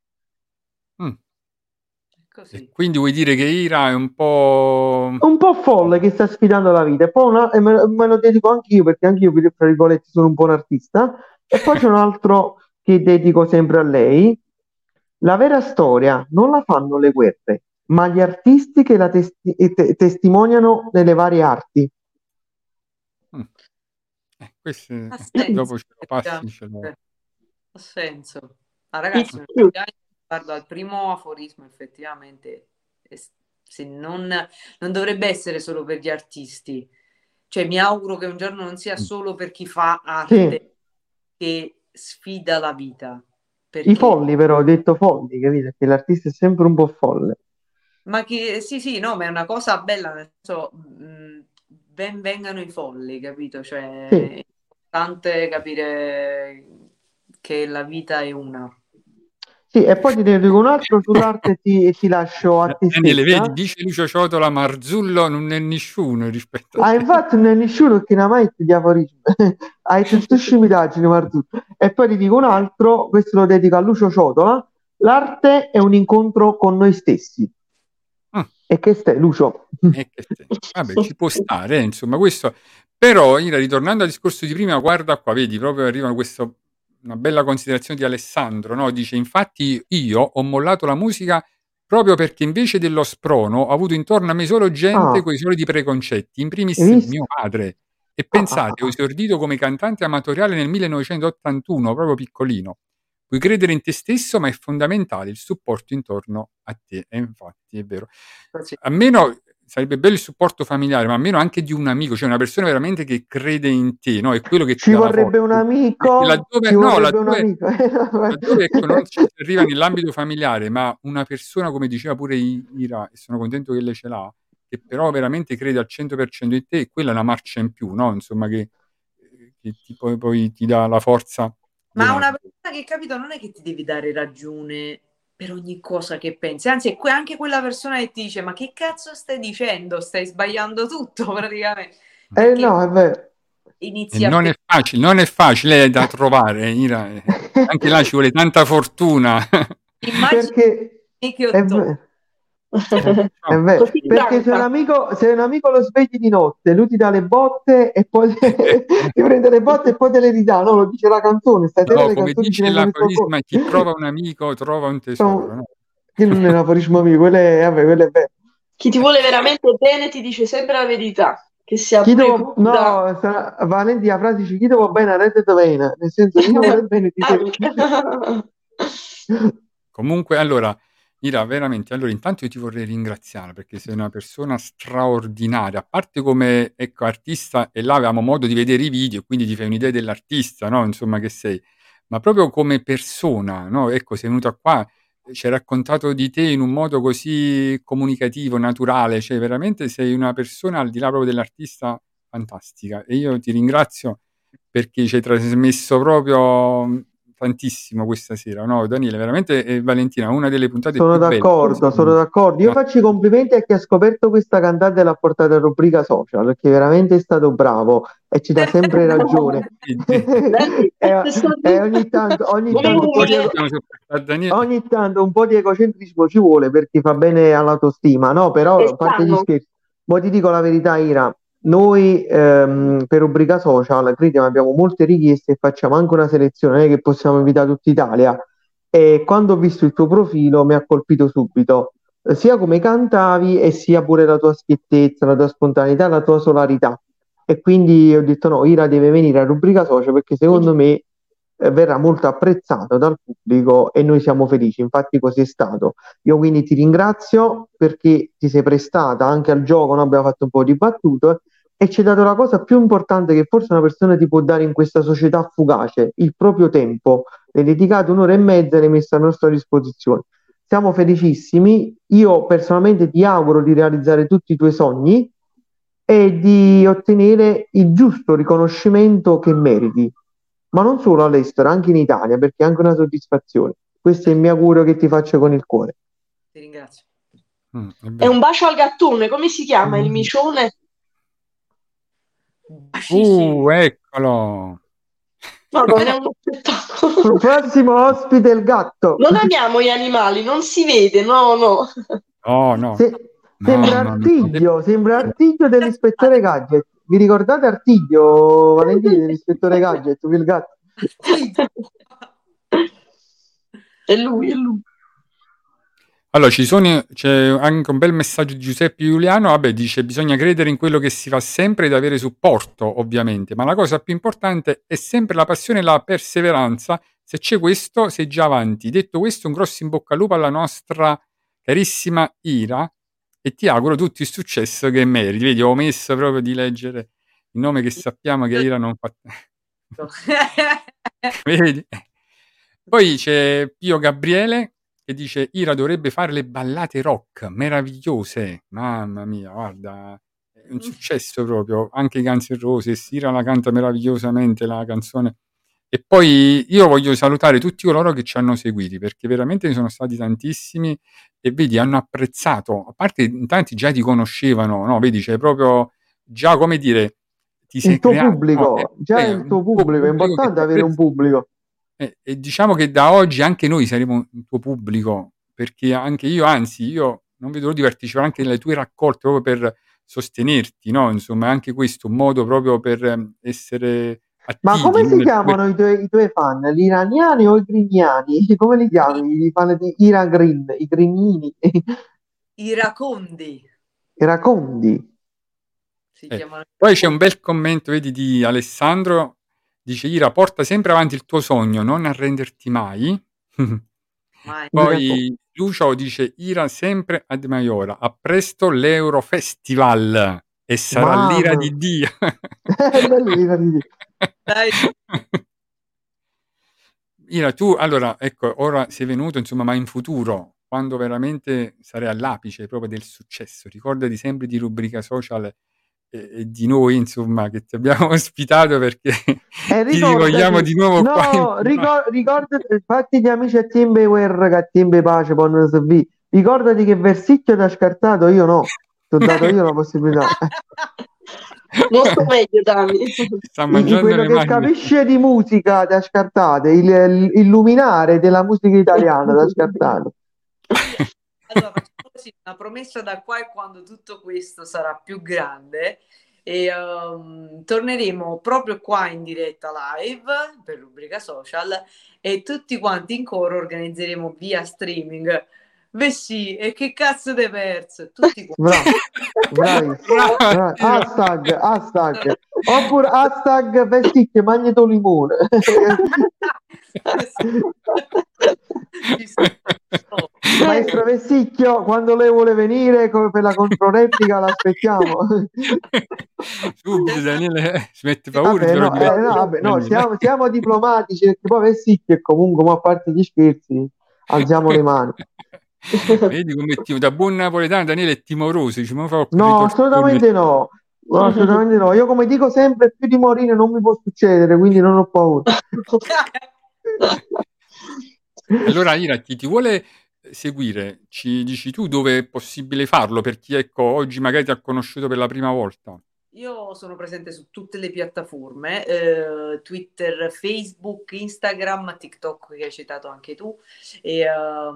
E quindi vuoi dire che Ira è un po' folle che sta sfidando la vita, e poi me lo dedico anch'io, perché anch'io, tra virgolette, sono un po' un artista. E poi c'è un altro che dedico sempre a lei: la vera storia non la fanno le guerre, ma gli artisti che la testimoniano nelle varie arti. Questo dopo ce lo passi, ce lo... Ha senso. Ragazzi, guarda, al primo aforismo effettivamente non dovrebbe essere solo per gli artisti. Cioè, mi auguro che un giorno non sia solo per chi fa arte che sfida la vita. Perché... I folli, però, ho detto folli, capito? Che l'artista è sempre un po' folle. Ma che sì, no, ma è una cosa bella, nel senso, ben vengano i folli, capito? Cioè, è importante capire che la vita è una. Sì, e poi ti dico un altro sull'arte e ti lascio a te Daniele, stessa. vedi, dice Lucio Ciotola, Marzullo non è nessuno rispetto a infatti non è nessuno che non ha mai gli aforismi. Hai tutte scimitaggini, Marzullo. E poi ti dico un altro, questo lo dedico a Lucio Ciotola: l'arte è un incontro con noi stessi. E che stai, Lucio? Vabbè, ci può stare, insomma, questo. Però, ritornando al discorso di prima, guarda qua, vedi, proprio arriva una bella considerazione di Alessandro, no? Dice, infatti io ho mollato la musica proprio perché invece dello sprono ho avuto intorno a me solo gente con i soliti preconcetti, in primis mio padre. E pensate, ho esordito come cantante amatoriale nel 1981, proprio piccolino. Puoi credere in te stesso, ma è fondamentale il supporto intorno a te. E infatti è vero. Almeno sarebbe bello il supporto familiare, ma almeno anche di un amico, cioè una persona veramente che crede in te, no? È quello che ci vorrebbe un amico. Laddove ecco, non ci arriva nell'ambito familiare, ma una persona, come diceva pure Ira, e sono contento che lei ce l'ha, che però veramente crede al 100% in te, e quella è una marcia in più, no? Insomma, che poi ti dà la forza. Ma una persona che, capito, non è che ti devi dare ragione per ogni cosa che pensi, anzi è anche quella persona che ti dice: ma che cazzo stai dicendo? Stai sbagliando tutto praticamente. No, è vero. Non è facile da trovare, Ira. Anche là ci vuole tanta fortuna. Immagini che È otto. vero. È vero, Così perché se un amico lo svegli di notte, lui ti dà le botte e poi ti prende le botte e poi te le ridà, no? Lo dice la canzone, stasera No, le come canzoni ci dice vengono in l'aforisma, chi soccorso. trova un amico trova un tesoro, no? Che non è un aforismo mio, quello è vero. Chi ti vuole veramente bene ti dice sempre la verità, che sia Chi pure devo, cruda. no, Valenti la frase dice chi devo bene, rete bene, nel senso chi vuole bene ti Comunque, allora, Ira, veramente, allora intanto io ti vorrei ringraziare perché sei una persona straordinaria, a parte come, ecco, artista, e là avevamo modo di vedere i video, quindi ti fai un'idea dell'artista, no? Insomma, che sei, ma proprio come persona, no? Ecco, sei venuta qua, ci hai raccontato di te in un modo così comunicativo, naturale, cioè veramente sei una persona al di là proprio dell'artista fantastica e io ti ringrazio perché ci hai trasmesso proprio tantissimo questa sera, no? Daniele, veramente, Valentina, una delle puntate Sono più belle. d'accordo, sono d'accordo. Io faccio i complimenti a chi ha scoperto questa cantante e l'ha portata in rubrica social, perché veramente è stato bravo e ci dà sempre ragione. E ogni tanto un po' di ogni tanto un po' di egocentrismo ci vuole perché fa bene all'autostima, no? Però a parte gli scherzi, poi ti dico la verità, Ira, noi per rubrica social, crediamo, abbiamo molte richieste e facciamo anche una selezione, non è che possiamo invitare tutta Italia. E quando ho visto il tuo profilo mi ha colpito subito, sia come cantavi e sia pure la tua schiettezza, la tua spontaneità, la tua solarità. E quindi ho detto no, Ira deve venire a rubrica social perché secondo me verrà molto apprezzato dal pubblico e noi siamo felici, infatti così è stato. Io quindi ti ringrazio perché ti sei prestata anche al gioco, noi abbiamo fatto un po' di battute e ci hai dato la cosa più importante che forse una persona ti può dare in questa società fugace, il proprio tempo. Hai dedicato un'ora e mezza e l'hai messa a nostra disposizione. Siamo felicissimi, io personalmente ti auguro di realizzare tutti i tuoi sogni e di ottenere il giusto riconoscimento che meriti, ma non solo all'estero, anche in Italia, perché è anche una soddisfazione. Questo è il mio augurio che ti faccio con il cuore. Ti ringrazio. È un bacio al gattone, come si chiama il micione? Eccolo. Madonna, è uno spettacolo. Il prossimo ospite è il gatto. Non amiamo gli animali, non si vede, no. Oh, no. Sembra Artiglio dell'ispettore Gadget. Vi ricordate Artiglio, Valentino, dell'ispettore Gadget, il gatto? È lui. Allora, c'è anche un bel messaggio di Giuseppe Giuliano, vabbè, dice bisogna credere in quello che si fa sempre ed avere supporto, ovviamente, ma la cosa più importante è sempre la passione e la perseveranza, se c'è questo sei già avanti. Detto questo, un grosso in bocca al lupo alla nostra carissima Ira e ti auguro tutto il successo che meriti. Vedi, ho omesso proprio di leggere il nome che sappiamo che Ira non fa... Vedi? Poi c'è Pio Gabriele che dice Ira dovrebbe fare le ballate rock meravigliose, mamma mia, guarda, è un successo proprio, anche i Guns N' Roses, Ira la canta meravigliosamente la canzone. E poi io voglio salutare tutti coloro che ci hanno seguiti perché veramente ne sono stati tantissimi e vedi, hanno apprezzato, a parte in tanti già ti conoscevano, no? Vedi, c'è proprio già, come dire, ti sei il tuo creato, pubblico, no? già il tuo pubblico, è importante avere un pubblico. E diciamo che da oggi anche noi saremo il tuo pubblico, perché anche io, anzi, io non vedo l'ora di partecipare anche alle tue raccolte proprio per sostenerti, no? Insomma, anche questo è un modo proprio per essere attivi. Ma come si chiamano i tuoi fan? Gli iraniani o i grignani? Come li chiami? I fan di Iran Green, i grignini? I racondi. I racondi. Poi c'è un bel commento, vedi, di Alessandro. Dice Ira, porta sempre avanti il tuo sogno, non arrenderti mai. Poi Lucio dice Ira sempre ad Maiora, a presto l'Eurofestival e sarà l'ira di Dio. L'ira di Dio. Dai. Ira, tu allora, ecco, ora sei venuto, insomma, ma in futuro, quando veramente sarai all'apice proprio del successo, ricordati sempre di rubrica social e di noi, insomma, che ti abbiamo ospitato perché ti rivogliamo di nuovo qua. Ricordati, infatti gli amici a Timbe Guerra, che a Timbe Pace, possono servire. Ricordati che Versicchio ti ha scartato, io no. Ti ho dato io la possibilità. Molto meglio, Dani. Sta mangiando quello le che mani. capisce di musica ti ha scartato, il luminare della musica italiana ti ha scartato. Allora, facciamo così, una promessa da qua e quando tutto questo sarà più grande e torneremo proprio qua in diretta live per rubrica social e tutti quanti in coro organizzeremo via streaming. Beh sì, e che cazzo de perso? Tutti quanti. Bravissimo. Hashtag. Oppure hashtag vesticchie magneto limone. Maestro Vesticchio, quando lei vuole venire per la controreplica l'aspettiamo. Subito Daniele si mette paura. Vabbè, no, siamo diplomatici perché poi Vesticchio comunque, ma a parte gli scherzi, alziamo le mani. Vedi come da buon napoletano Daniele è timoroso, no, assolutamente no. Assolutamente no. Io come dico sempre, più di morire non mi può succedere, quindi non ho paura. Allora Ira, chi ti vuole seguire, ci dici tu dove è possibile farlo per chi oggi magari ti ha conosciuto per la prima volta? Io sono presente su tutte le piattaforme, Twitter, Facebook, Instagram, TikTok che hai citato anche tu e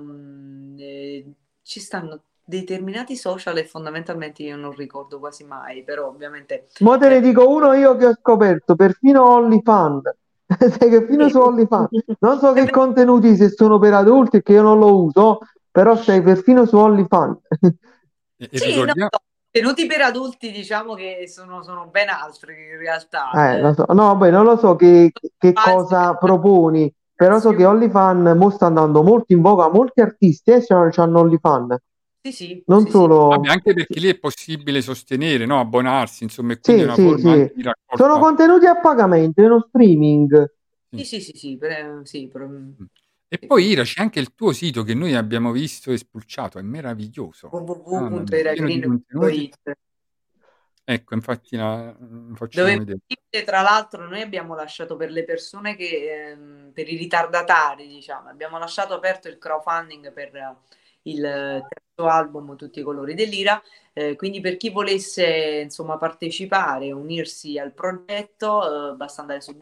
ci stanno determinati social e fondamentalmente io non ricordo quasi mai, però ovviamente... Mo te ne dico uno io che ho scoperto, perfino OnlyFans. Sai che fino su OnlyFans non so che contenuti se sono per adulti che io non lo uso, però sei perfino su OnlyFans. Sì, contenuti per adulti diciamo che sono ben altri in realtà. Lo so. No, beh, non lo so che cosa proponi, però so che OnlyFans mo sta andando molto in voga, molti artisti hanno OnlyFans. Sì, non solo vabbè, anche perché lì è possibile sostenere, no? Abbonarsi, insomma, e quindi è una forma anche di raccolta. Sono contenuti a pagamento, è uno streaming. Sì. E poi Ira, c'è anche il tuo sito che noi abbiamo visto e spulciato, è meraviglioso. www.iragreen.it. Ecco, infatti facciamo dove vedere. Tra l'altro noi abbiamo lasciato per le persone che per i ritardatari, diciamo, abbiamo lasciato aperto il crowdfunding per il terzo album Tutti i colori dell'Ira, quindi per chi volesse insomma partecipare, unirsi al progetto, basta andare su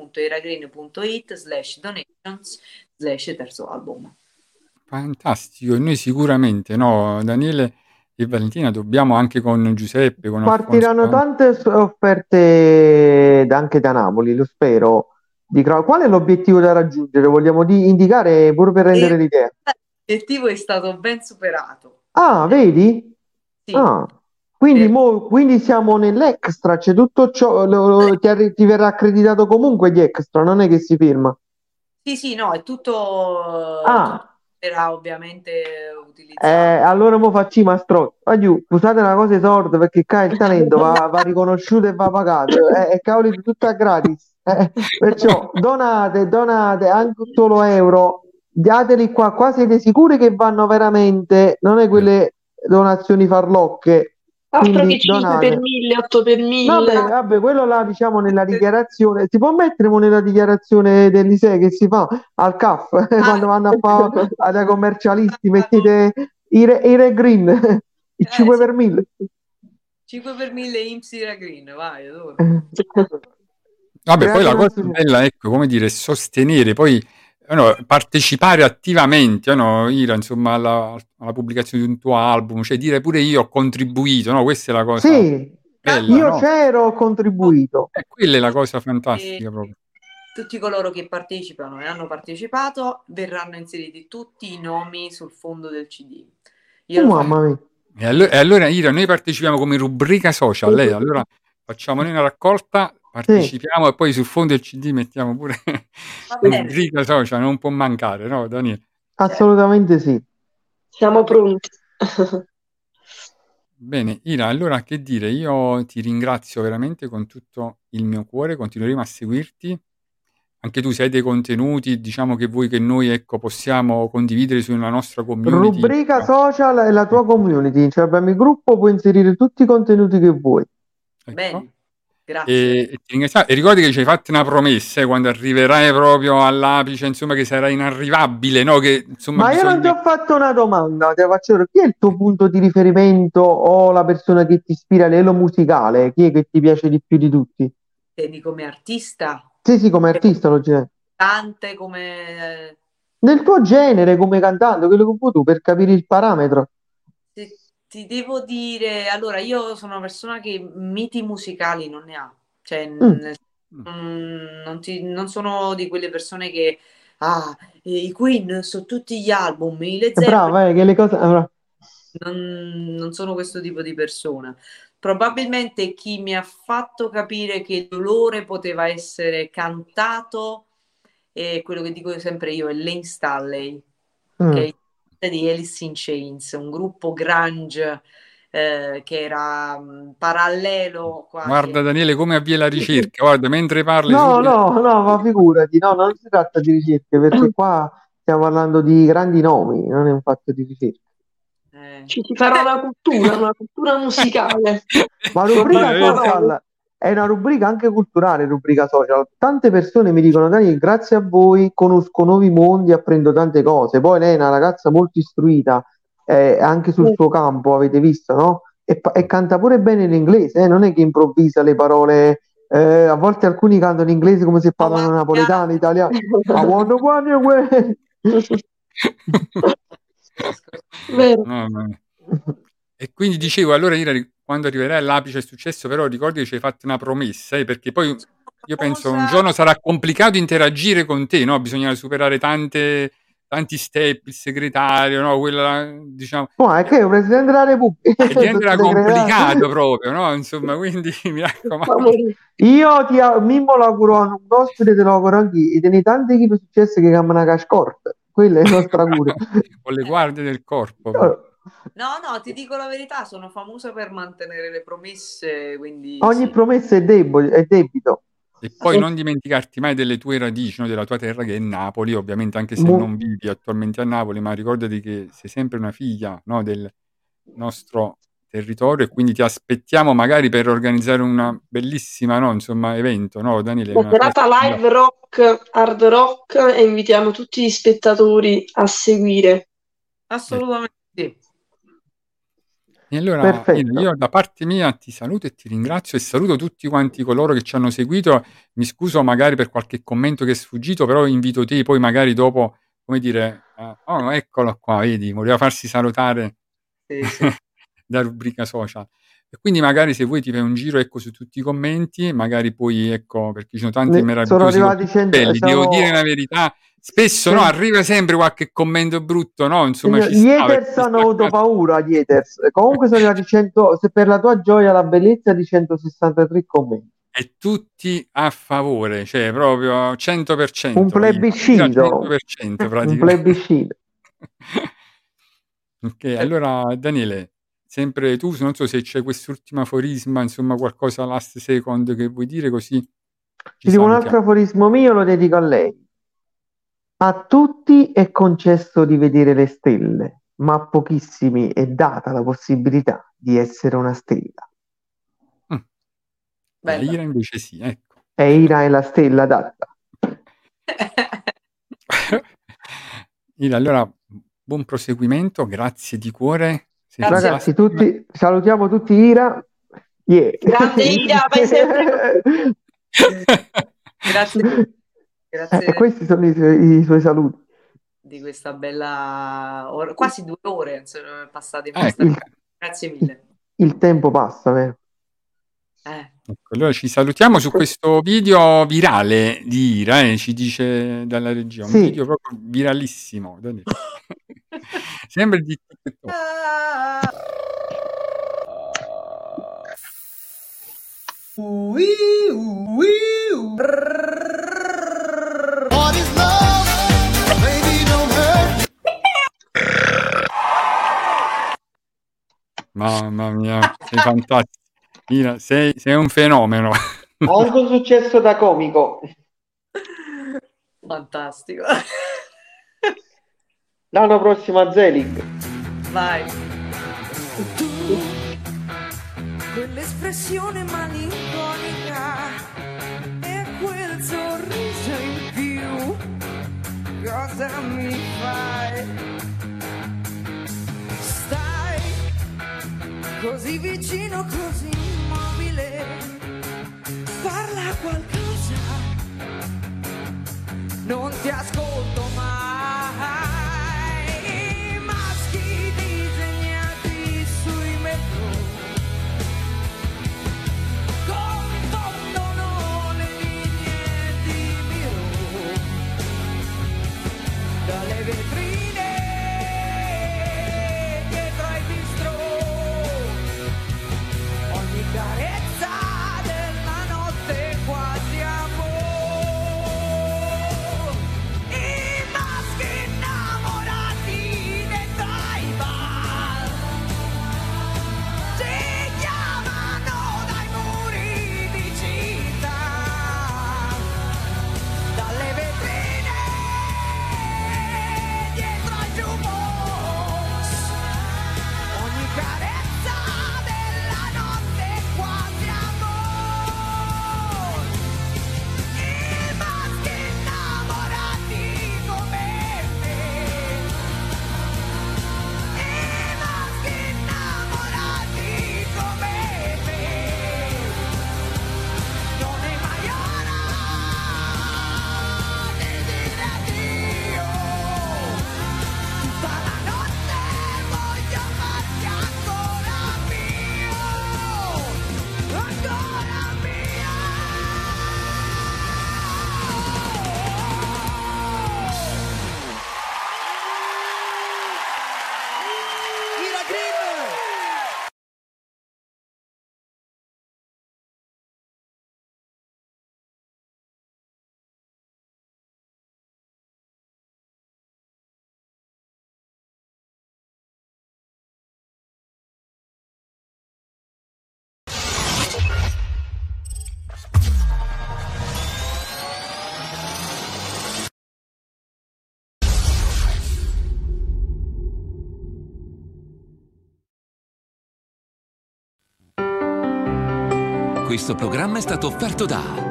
www.iragreen.it/donations/terzo album. Fantastico, e noi sicuramente, no, Daniele e Valentina, dobbiamo anche con Giuseppe, con partiranno Alfonso, tante offerte anche da Napoli, lo spero. Qual è l'obiettivo da raggiungere? Vogliamo indicare pure per rendere l'idea. L'obiettivo è stato ben superato. Ah, vedi? Sì. Quindi siamo nell'extra, c'è tutto ciò, ti verrà accreditato comunque di extra, non è che si firma. Sì, no, è tutto era ovviamente utilizzato. Allora mo facciamo a strozzo. Scusate una cosa sorda perché qua il talento va riconosciuto e va pagato. Cavoli, tutto gratis. Perciò donate anche un solo euro. Dateli qua siete sicuri che vanno veramente, non è quelle donazioni farlocche. 4 che 5 per 1000, 8 per 1000. Vabbè, quello là diciamo nella dichiarazione. Si può mettere nella dichiarazione dell'ISEE che si fa al CAF quando vanno a fare dai commercialisti, mettete Ira Green, il 5 per 1000. 5 per 1000 IMSS Ira Green, vai, allora. Vabbè, poi la cosa bella, ecco, come dire, sostenere, poi partecipare attivamente, Ira, insomma, alla pubblicazione di un tuo album, cioè dire pure io ho contribuito, no? Questa è la cosa bella, io c'ero, ho contribuito. Quella è la cosa fantastica proprio. Tutti coloro che partecipano e hanno partecipato verranno inseriti tutti i nomi sul fondo del CD. Mamma mia. E allora Ira, noi partecipiamo come rubrica social, allora facciamo noi una raccolta, partecipiamo e poi sul fondo del CD mettiamo pure rubrica social, non può mancare, no Daniele? Assolutamente sì. Siamo pronti. Bene, Ira, allora che dire, io ti ringrazio veramente con tutto il mio cuore, continueremo a seguirti. Anche tu se hai dei contenuti, diciamo che vuoi che noi possiamo condividere sulla nostra community. Rubrica social e la tua community, cioè abbiamo il gruppo, puoi inserire tutti i contenuti che vuoi. Ecco. Bene, grazie. E ti ringrazio. E ricordi che ci hai fatto una promessa quando arriverai proprio all'apice, insomma, che sarai inarrivabile, no? Che, insomma, ma io non ti ho fatto una domanda, te la faccio ora. Chi è il tuo punto di riferimento o la persona che ti ispira a livello musicale? Chi è che ti piace di più di tutti? Intendi come artista? Sì, come artista, logicamente. Tante come... Del tuo genere come cantante, quello che vuoi tu, per capire il parametro. Ti devo dire, allora io sono una persona che miti musicali non ne ha, cioè non sono di quelle persone che i Queen su tutti gli album, i Led Zeppelin, Brava, che le cose... non sono questo tipo di persona. Probabilmente chi mi ha fatto capire che il dolore poteva essere cantato, è quello che dico sempre io, è Lane Staley, che è di Alice in Chains, un gruppo grunge che era parallelo quasi. Guarda Daniele come avvia la ricerca, guarda, mentre parli No, ma figurati, no, non si tratta di ricerche, perché qua stiamo parlando di grandi nomi, non è un fatto di ricerca. Ci si farà una cultura musicale. Ma rubrica social è una rubrica anche culturale, rubrica social. Tante persone mi dicono, Dani, grazie a voi conosco nuovi mondi, apprendo tante cose. Poi lei è una ragazza molto istruita, anche sul suo campo, avete visto, no? E canta pure bene l'inglese, non è che improvvisa le parole. A volte alcuni cantano in inglese come se parlano napoletano, italiano. I want one away. Vero. E quindi dicevo, allora quando arriverai all'apice del successo, però ricordi che ci hai fatto una promessa, perché poi io penso un giorno sarà complicato interagire con te, no? Bisognerà superare tanti step, il segretario, no? Quella, diciamo... è che è il Presidente della Repubblica. E diventerà complicato proprio, no? Insomma, quindi mi raccomando. Io Mimmo lo auguro un ospite, te lo auguro anch'io. E te ne tanti chi per successo che cambiano la cascorta. Quella è la nostra cura. Con le guardie del corpo. No, ti dico la verità, sono famosa per mantenere le promesse, quindi... Ogni promessa è debito. E poi non dimenticarti mai delle tue radici, no? Della tua terra che è Napoli, ovviamente anche se non vivi attualmente a Napoli, ma ricordati che sei sempre una figlia, no? Del nostro territorio, e quindi ti aspettiamo magari per organizzare una bellissima, no? Insomma, evento, no Daniele? Una serata live rock, hard rock, e invitiamo tutti gli spettatori a seguire. Assolutamente sì. E allora io da parte mia ti saluto e ti ringrazio, e saluto tutti quanti coloro che ci hanno seguito. Mi scuso magari per qualche commento che è sfuggito, però invito te poi magari dopo, come dire, eccolo qua, vedi, voleva farsi salutare da rubrica social. E quindi magari se vuoi ti fai un giro, ecco, su tutti i commenti, magari poi, ecco, perché ci sono tanti meravigliosi belli, devo dire la verità. Spesso no, arriva sempre qualche commento brutto, no? Insomma, gli haters hanno avuto paura, gli haters. Comunque sono arrivati 100, se per la tua gioia la bellezza di 163 commenti. E tutti a favore, cioè proprio 100%. Un plebiscito. 100% praticamente. Un plebiscito. Ok, allora Daniele, sempre tu, non so se c'è quest'ultimo aforisma, insomma qualcosa last second che vuoi dire, così ci dico un altro aforismo mio, lo dedico a lei. A tutti è concesso di vedere le stelle, ma a pochissimi è data la possibilità di essere una stella. Ira invece sì, ecco. E Ira è la stella data. Ira, allora buon proseguimento, grazie di cuore. Ragazzi, salutiamo tutti Ira. Yeah. Grande Ira, vai sempre. Grazie. Questi sono i suoi saluti. Di questa bella quasi 2 ore passate grazie mille. Il tempo passa, vero? Ecco, allora ci salutiamo su questo video virale di Ira, ci dice dalla regia, un video proprio viralissimo. Sembra di TikTok. Mamma mia, sei fantastico. Mira, sei un fenomeno. Ho anche un successo da comico. Fantastico. L'anno prossimo a Zelig. Vai. Quell'espressione malinconica e quel sorriso in più, cosa mi fai? Stai così vicino, così immobile, parla qualcosa, non ti ascolto mai. Questo programma è stato offerto da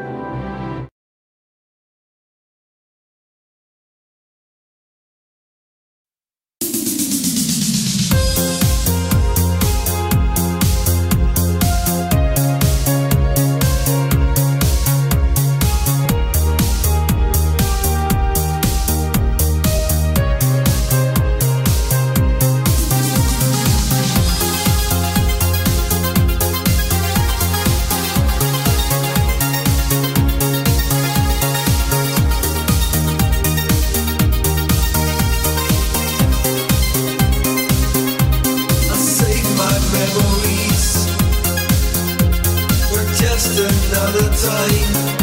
Just another time